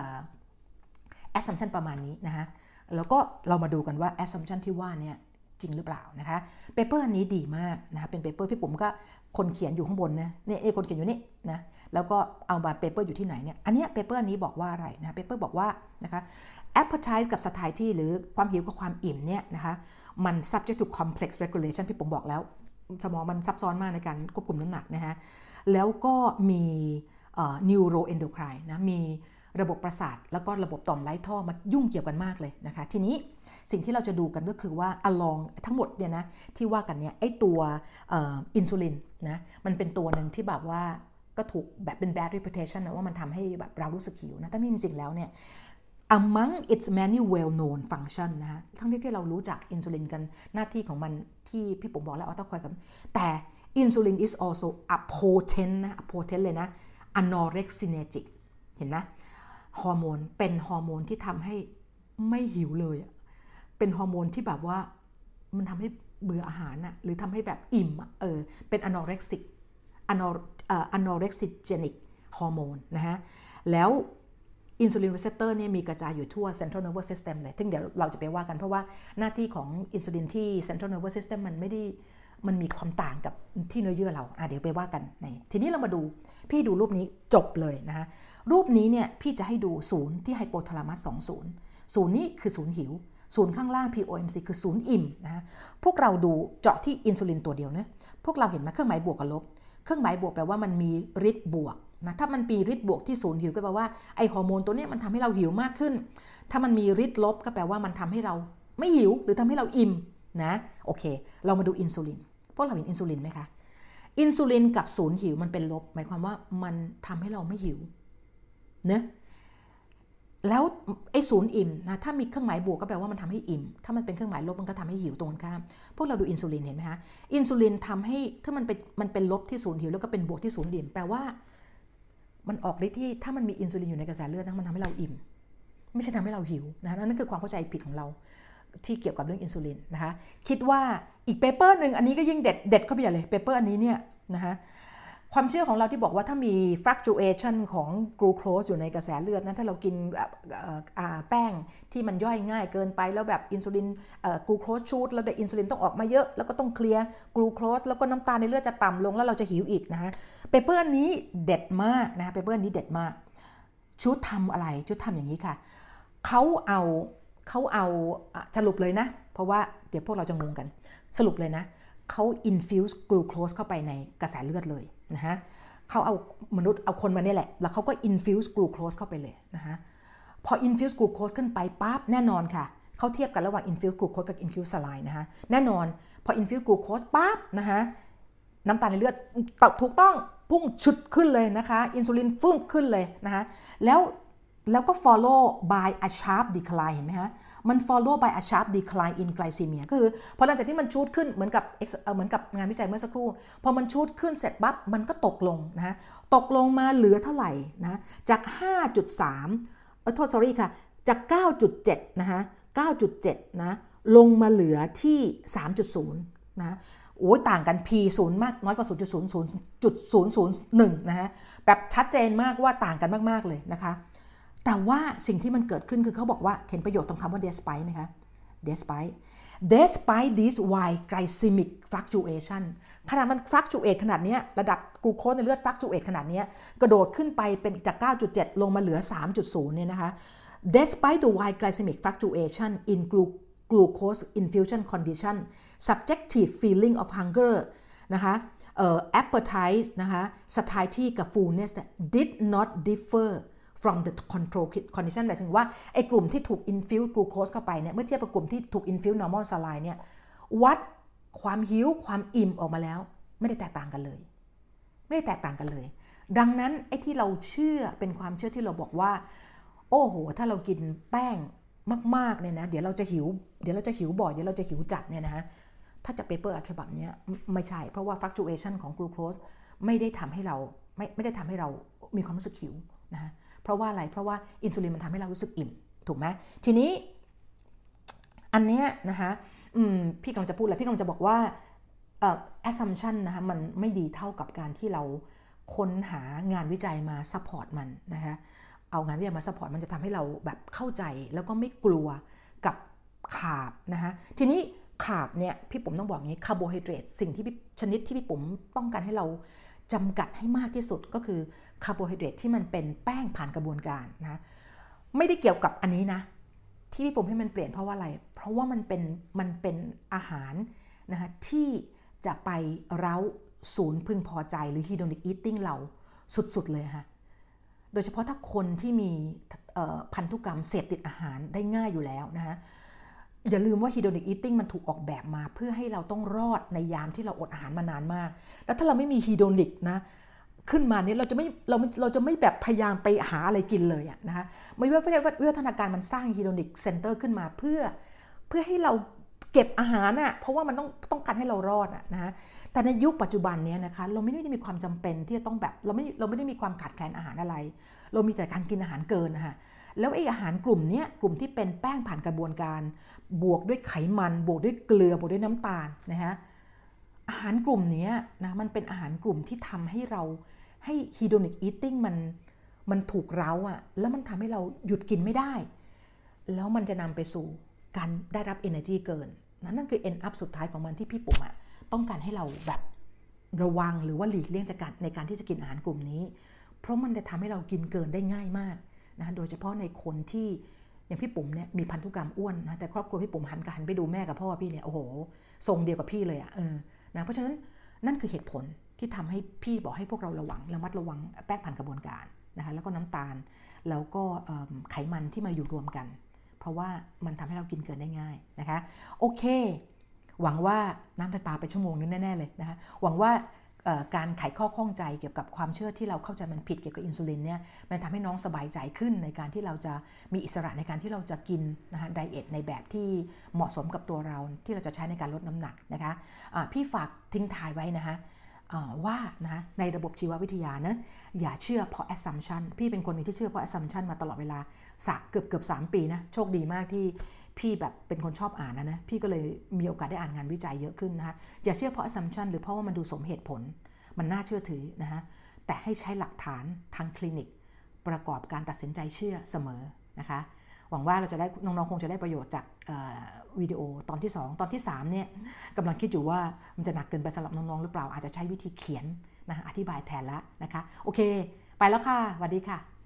assumption ประมาณนี้นะฮะแล้วก็เรามาดูกันว่า assumption ที่ว่าเนี่ยจริงหรือเปล่านะคะเปเปอร์นี้ดีมากนะคะเป็นเปเปอร์พี่ผมก็คนเขียนอยู่ข้างบนนะนี่ไอ้คนเขียนอยู่นี่นะแล้วก็เอามาเปเปอร์อยู่ที่ไหนเนี่ยอันนี้เปเปอร์นี้บอกว่าอะไรนะเปเปอร์บอกว่านะคะ appetite กับ satiety หรือความหิวกับความอิ่มเนี่ยนะคะมัน subject to complex regulation พี่ผมบอกแล้วสมองมันซับซ้อนมากในการควบคุมน้ำหนักนะฮะแล้วก็มี neuroendocrine นะมีระบบประสาทแล้วก็ระบบต่อมไร้ท่อมายุ่งเกี่ยวกันมากเลยนะคะทีนี้สิ่งที่เราจะดูกันก็คือว่า along ทั้งหมดเนี่ยนะที่ว่ากันเนี่ยไอ้ตัวอินซูลินนะมันเป็นตัวหนึ่งที่แบบว่าก็ถูกแบบเป็น bad reputation นะว่ามันทำให้แบบเรารู้สึกหิวนะแต่จริงๆแล้วเนี่ย among its many well known function นะฮะทั้งที่ที่เรารู้จักอินซูลินกันหน้าที่ของมันที่พี่ผมบอกแล้วออโตไคกับแต่อินซูลิน is also a potent นะ a potent เลยนะ anorexinergic เห็นไหมฮอร์โมนเป็นฮอร์โมนที่ทำให้ไม่หิวเลยเป็นฮอร์โมนที่แบบว่ามันทำให้เบื่ออาหารน่ะหรือทำให้แบบอิ่มเออเป็น anorexic anorexigenic ฮอร์โมนนะฮะแล้วอินซูลินรีเซปเตอร์เนี่ยมีกระจายอยู่ทั่ว central nervous system เลยซึ่งเดี๋ยวเราจะไปว่ากันเพราะว่าหน้าที่ของอินซูลินที่ central nervous system มันไม่ได้มันมีความต่างกับที่เนื้อเยื่อเราอ่ะเดี๋ยวไปว่ากันในทีนี้เรามาดูพี่ดูรูปนี้จบเลยนะฮะรูปนี้เนี่ยพี่จะให้ดูศูนย์ที่ไฮโปทาลามัสสองศูนย์ศูนย์นี้คือศูนย์หิวศูนย์ข้างล่าง พี โอ เอ็ม ซี คือศูนย์อิ่มนะฮะพวกเราดูเจาะที่อินซูลินตัวเดียวนะพวกเราเห็นไหมเครื่องหมายบวกกับลบเครื่องหมายบวกแปลว่ามันมีฤทธิ์บวกนะถ้ามันมีฤทธิ์บวกที่ศูนย์หิวก็แปลว่าไอฮอร์โมนตัวนี้มันทำให้เราหิวมากขึ้นถ้ามันมีฤทธิ์ลบก็แปลว่ามันทำให้เราไม่หิวหรือทำให้เราอิ่มนะโอเคเรามาดูอินซูลินพวกเราเห็นอินซูลินไหมคะอินซูลินกับศูนย์หิวมันเป็นลบหมายความว่ามันทำให้เราไม่หิวเนะแล้วไอ้ศูนย์อิ่มนะถ้ามีเครื่องหมายบวกก็แปลว่ามันทำให้อิ่มถ้ามันเป็นเครื่องหมายลบมันก็ทำให้หิวตรงกันข้ามพวกเราดูอินซูลินเห็นไหมคะอินซูลินทำให้ถ้ามันเป็นมันเป็นลบที่ศูนย์หิวแล้วก็เป็นบวกที่ศูนย์อิ่มแปลว่ามันออกฤทธิ์ที่ถ้ามันมีอินซูลินอยู่ในกระแสเลือดนะมันทำให้เราอิ่มไม่ใช่ทำให้เราหิวนะนั่นคือความเข้าใจผิดของเราที่เกี่ยวกับเรื่องอินซูลินนะคะคิดว่าอีกเปเปอร์หนึ่งอันนี้ก็ยิ่งเด็ดเด็ดเข้าไปใหญ่เลยเปเปอร์อันนี้เนี่ยนะคะความเชื่อของเราที่บอกว่าถ้ามี fluctuation ของกลูโคสอยู่ในกระแสเลือดนะถ้าเรากินแป้งที่มันย่อยง่ายเกินไปแล้วแบบอินซูลินกลูโคสชูดแล้วแต่อินซูลินต้องออกมาเยอะแล้วก็ต้องเคลียร์กลูโคสแล้วก็น้ำตาลในเลือดจะต่ำลงแล้วเราจะหิวอีกนะฮะเปเปอร์นี้เด็ดมากนะเปเปอร์นี้เด็ดมากชุดทำอะไรชุดทำอย่างนี้ค่ะเขาเอาเขาเอาสรุปเลยนะเพราะว่าเดี๋ยวพวกเราจะงงกันสรุปเลยนะเขา infuse glucose เข้าไปในกระแสเลือดเลยนะฮะเขาเอามนุษย์เอาคนมาเนี่ยแหละแล้วเขาก็ infuse glucose เข้าไปเลยนะฮะพอ infuse glucose ขึ้นไปปั๊บแน่นอนค่ะเขาเทียบกันระหว่าง infuse glucose กับ infuse saline นะฮะแน่นอนพอ infuse glucose ปั๊บนะฮะน้ำตาลในเลือดถูกต้องพุ่งชุดขึ้นเลยนะคะอินซูลินฟุ้งขึ้นเลยนะฮะแล้วแล้วก็ follow by a sharp decline เห็นไหมฮะมัน follow by a sharp decline in glycemia ก็คือพอหลังจากที่มันชูดขึ้นเหมือนกับเหมือนกับงานวิจัยเมื่อสักครู่พอมันชูดขึ้นเสร็จปั๊บมันก็ตกลงนะฮะตกลงมาเหลือเท่าไหร่นะจาก ห้าจุดสาม เออโทษ sorry ค่ะจาก เก้าจุดเจ็ด นะฮะ เก้าจุดเจ็ด นะลงมาเหลือที่ สามจุดศูนย์ นะโอ้ยต่างกัน P ศูนย์มากน้อยกว่า ศูนย์จุดศูนย์ ศูนย์จุดศูนย์ศูนย์หนึ่ง นะฮะแบบชัดเจนมากว่าต่างกันมากๆเลยนะคะแต่ว่าสิ่งที่มันเกิดขึ้นคือเขาบอกว่าเห็นประโยชน์ตรงคำว่า despite ไหมคะ despite despite this wide glycemic fluctuation ขนาดมัน fluctuate ขนาดนี้ระดับกลูโคสในเลือด fluctuate ขนาดนี้กระโดดขึ้นไปเป็นจาก เก้าจุดเจ็ด ลงมาเหลือ สามจุดศูนย์ เนี่ยนะคะ despite the wide glycemic fluctuation in glucose infusion condition subjective feeling of hunger นะคะเอ่อ appetite นะคะ satiety กับ fullness did not differ from the control condition หมายถึงว่าไอ้กลุ่มที่ถูก infuse glucose เข้าไปเนี่ยเมื่อเทียบกับกลุ่มที่ถูก infuse normal saline เนี่ยวัดความหิวความอิ่มออกมาแล้วไม่ได้แตกต่างกันเลยไม่ได้แตกต่างกันเลยดังนั้นไอ้ที่เราเชื่อเป็นความเชื่อที่เราบอกว่าโอ้โหถ้าเรากินแป้งมากๆเนี่ยนะเดี๋ยวเราจะหิวเดี๋ยวเราจะหิวบ่อยเดี๋ยวเราจะหิวจัดเนี่ยนะถ้าจากเปเปอร์ฉบับนี้ไม่ใช่เพราะว่า fluctuation ของ glucose ไม่ได้ทำให้เราไม่ไม่ได้ทำให้เรามีความรู้สึกหิวนะเพราะว่าอะไรเพราะว่าอินซูลินมันทำให้เรารู้สึกอิ่มถูกไหมทีนี้อันเนี้ยนะคะพี่กำลังจะพูดแล้วพี่กำลังจะบอกว่า uh, assumption นะคะมันไม่ดีเท่ากับการที่เราค้นหางานวิจัยมา support มันนะคะเอางานวิจัยมา support มันจะทำให้เราแบบเข้าใจแล้วก็ไม่กลัวกับขาบนะคะทีนี้ขาบเนี่ยพี่ปุ๋มต้องบอกงี้คาร์โบไฮเดรตสิ่งที่ชนิดที่พี่ปุ๋มต้องการให้เราจำกัดให้มากที่สุดก็คือคาร์โบไฮเดรตที่มันเป็นแป้งผ่านกระบวนการนะไม่ได้เกี่ยวกับอันนี้นะที่พี่ปุ๋มให้มันเปลี่ยนเพราะว่าอะไรเพราะว่ามันเป็นมันเป็นอาหารนะคะที่จะไปเร้าศูนย์พึงพอใจหรือ hedonic eating เราสุดๆเลยค่ะโดยเฉพาะถ้าคนที่มีพันธุกรรมเสพติดอาหารได้ง่ายอยู่แล้วนะคะอย่าลืมว่า hedonic eating มันถูกออกแบบมาเพื่อให้เราต้องรอดในยามที่เราอดอาหารมานานมากแล้วถ้าเราไม่มี hedonic นะขึ้นมานี้เราจะไม่เราเราจะไม่แบบพยายามไปหาอะไรกินเลยอะนะคะไม่ว่าวิวัฒนาการมันสร้าง hedonic center ขึ้นมาเพื่อเพื่อให้เราเก็บอาหารอะเพราะว่ามันต้องต้องการให้เรารอดอะนะแต่ในยุคปัจจุบันนี้นะคะเราไม่ได้มีความจำเป็นที่จะต้องแบบเราไม่เราไม่ได้มีความขาดแคลนอาหารอะไรเรามีแต่การกินอาหารเกินนะคะแล้วไอ้อาหารกลุ่มนี้กลุ่มที่เป็นแป้งผ่านกระบวนการบวกด้วยไขมันบวกด้วยเกลือบวกด้วยน้ำตาลนะฮะอาหารกลุ่มนี้นะมันเป็นอาหารกลุ่มที่ทำให้เราให้ hedonic eating มันมันถูกเร้าอ่ะแล้วมันทำให้เราหยุดกินไม่ได้แล้วมันจะนำไปสู่การได้รับ energy เกินนั่นนั่นคือ end up สุดท้ายของมันที่พี่ปุ๋มอ่ะต้องการให้เราแบบระวังหรือว่าหลีกเลี่ยงจากการในการที่จะกินอาหารกลุ่มนี้เพราะมันจะทำให้เรากินเกินได้ง่ายมากนะโดยเฉพาะในคนที่อย่างพี่ปุ๋มเนี่ยมีพันธุกรรมอ้วนนะแต่ครอบครัวพี่ปุ๋มหันกันหันไปดูแม่กับพ่อพี่เนี่ยโอ้โหทรงเดียวกับพี่เลยอ่ะเออนะเพราะฉะนั้นนั่นคือเหตุผลที่ทำให้พี่บอกให้พวกเราระวังระมัดระวังแป้งผ่านกระบวนการนะคะแล้วก็น้ำตาลแล้วก็ไขมันที่มาอยู่รวมกันเพราะว่ามันทำให้เรากินเกินได้ง่ายนะคะโอเคหวังว่าน้ำตาไปชั่วโมงนึงแน่ๆเลยนะคะหวังว่าการไขข้อข้องใจเกี่ยวกับความเชื่อที่เราเข้าใจมันผิดเกี่ยวกับอินซูลินเนี่ยมันทำให้น้องสบายใจขึ้นในการที่เราจะมีอิสระในการที่เราจะกินนะคะไดเอทในแบบที่เหมาะสมกับตัวเราที่เราจะใช้ในการลดน้ำหนักนะคะะพี่ฝากทิ้งท้ายไว้นะคะว่านะในระบบชีววิทยานะอย่าเชื่อเพราะ assumption พี่เป็นคนที่เชื่อเพราะ assumption มาตลอดเวลาสักเกือบเกือบสามปีนะโชคดีมากที่พี่แบบเป็นคนชอบอ่านนะนะพี่ก็เลยมีโอกาสได้อ่านงานวิจัยเยอะขึ้นนะคะอย่าเชื่อเพราะ assumption หรือเพราะว่ามันดูสมเหตุผลมันน่าเชื่อถือนะคะแต่ให้ใช้หลักฐานทางคลินิกประกอบการตัดสินใจเชื่อเสมอนะคะหวังว่าเราจะได้น้องๆคงจะได้ประโยชน์จากวิดีโอตอนที่สองตอนที่สามเนี่ยกำลังคิดอยู่ว่ามันจะหนักเกินไปสำหรับน้องๆหรือเปล่าอาจจะใช้วิธีเขียนนะอธิบายแทนแล้วนะคะโอเคไปแล้วค่ะสวัสดีค่ะ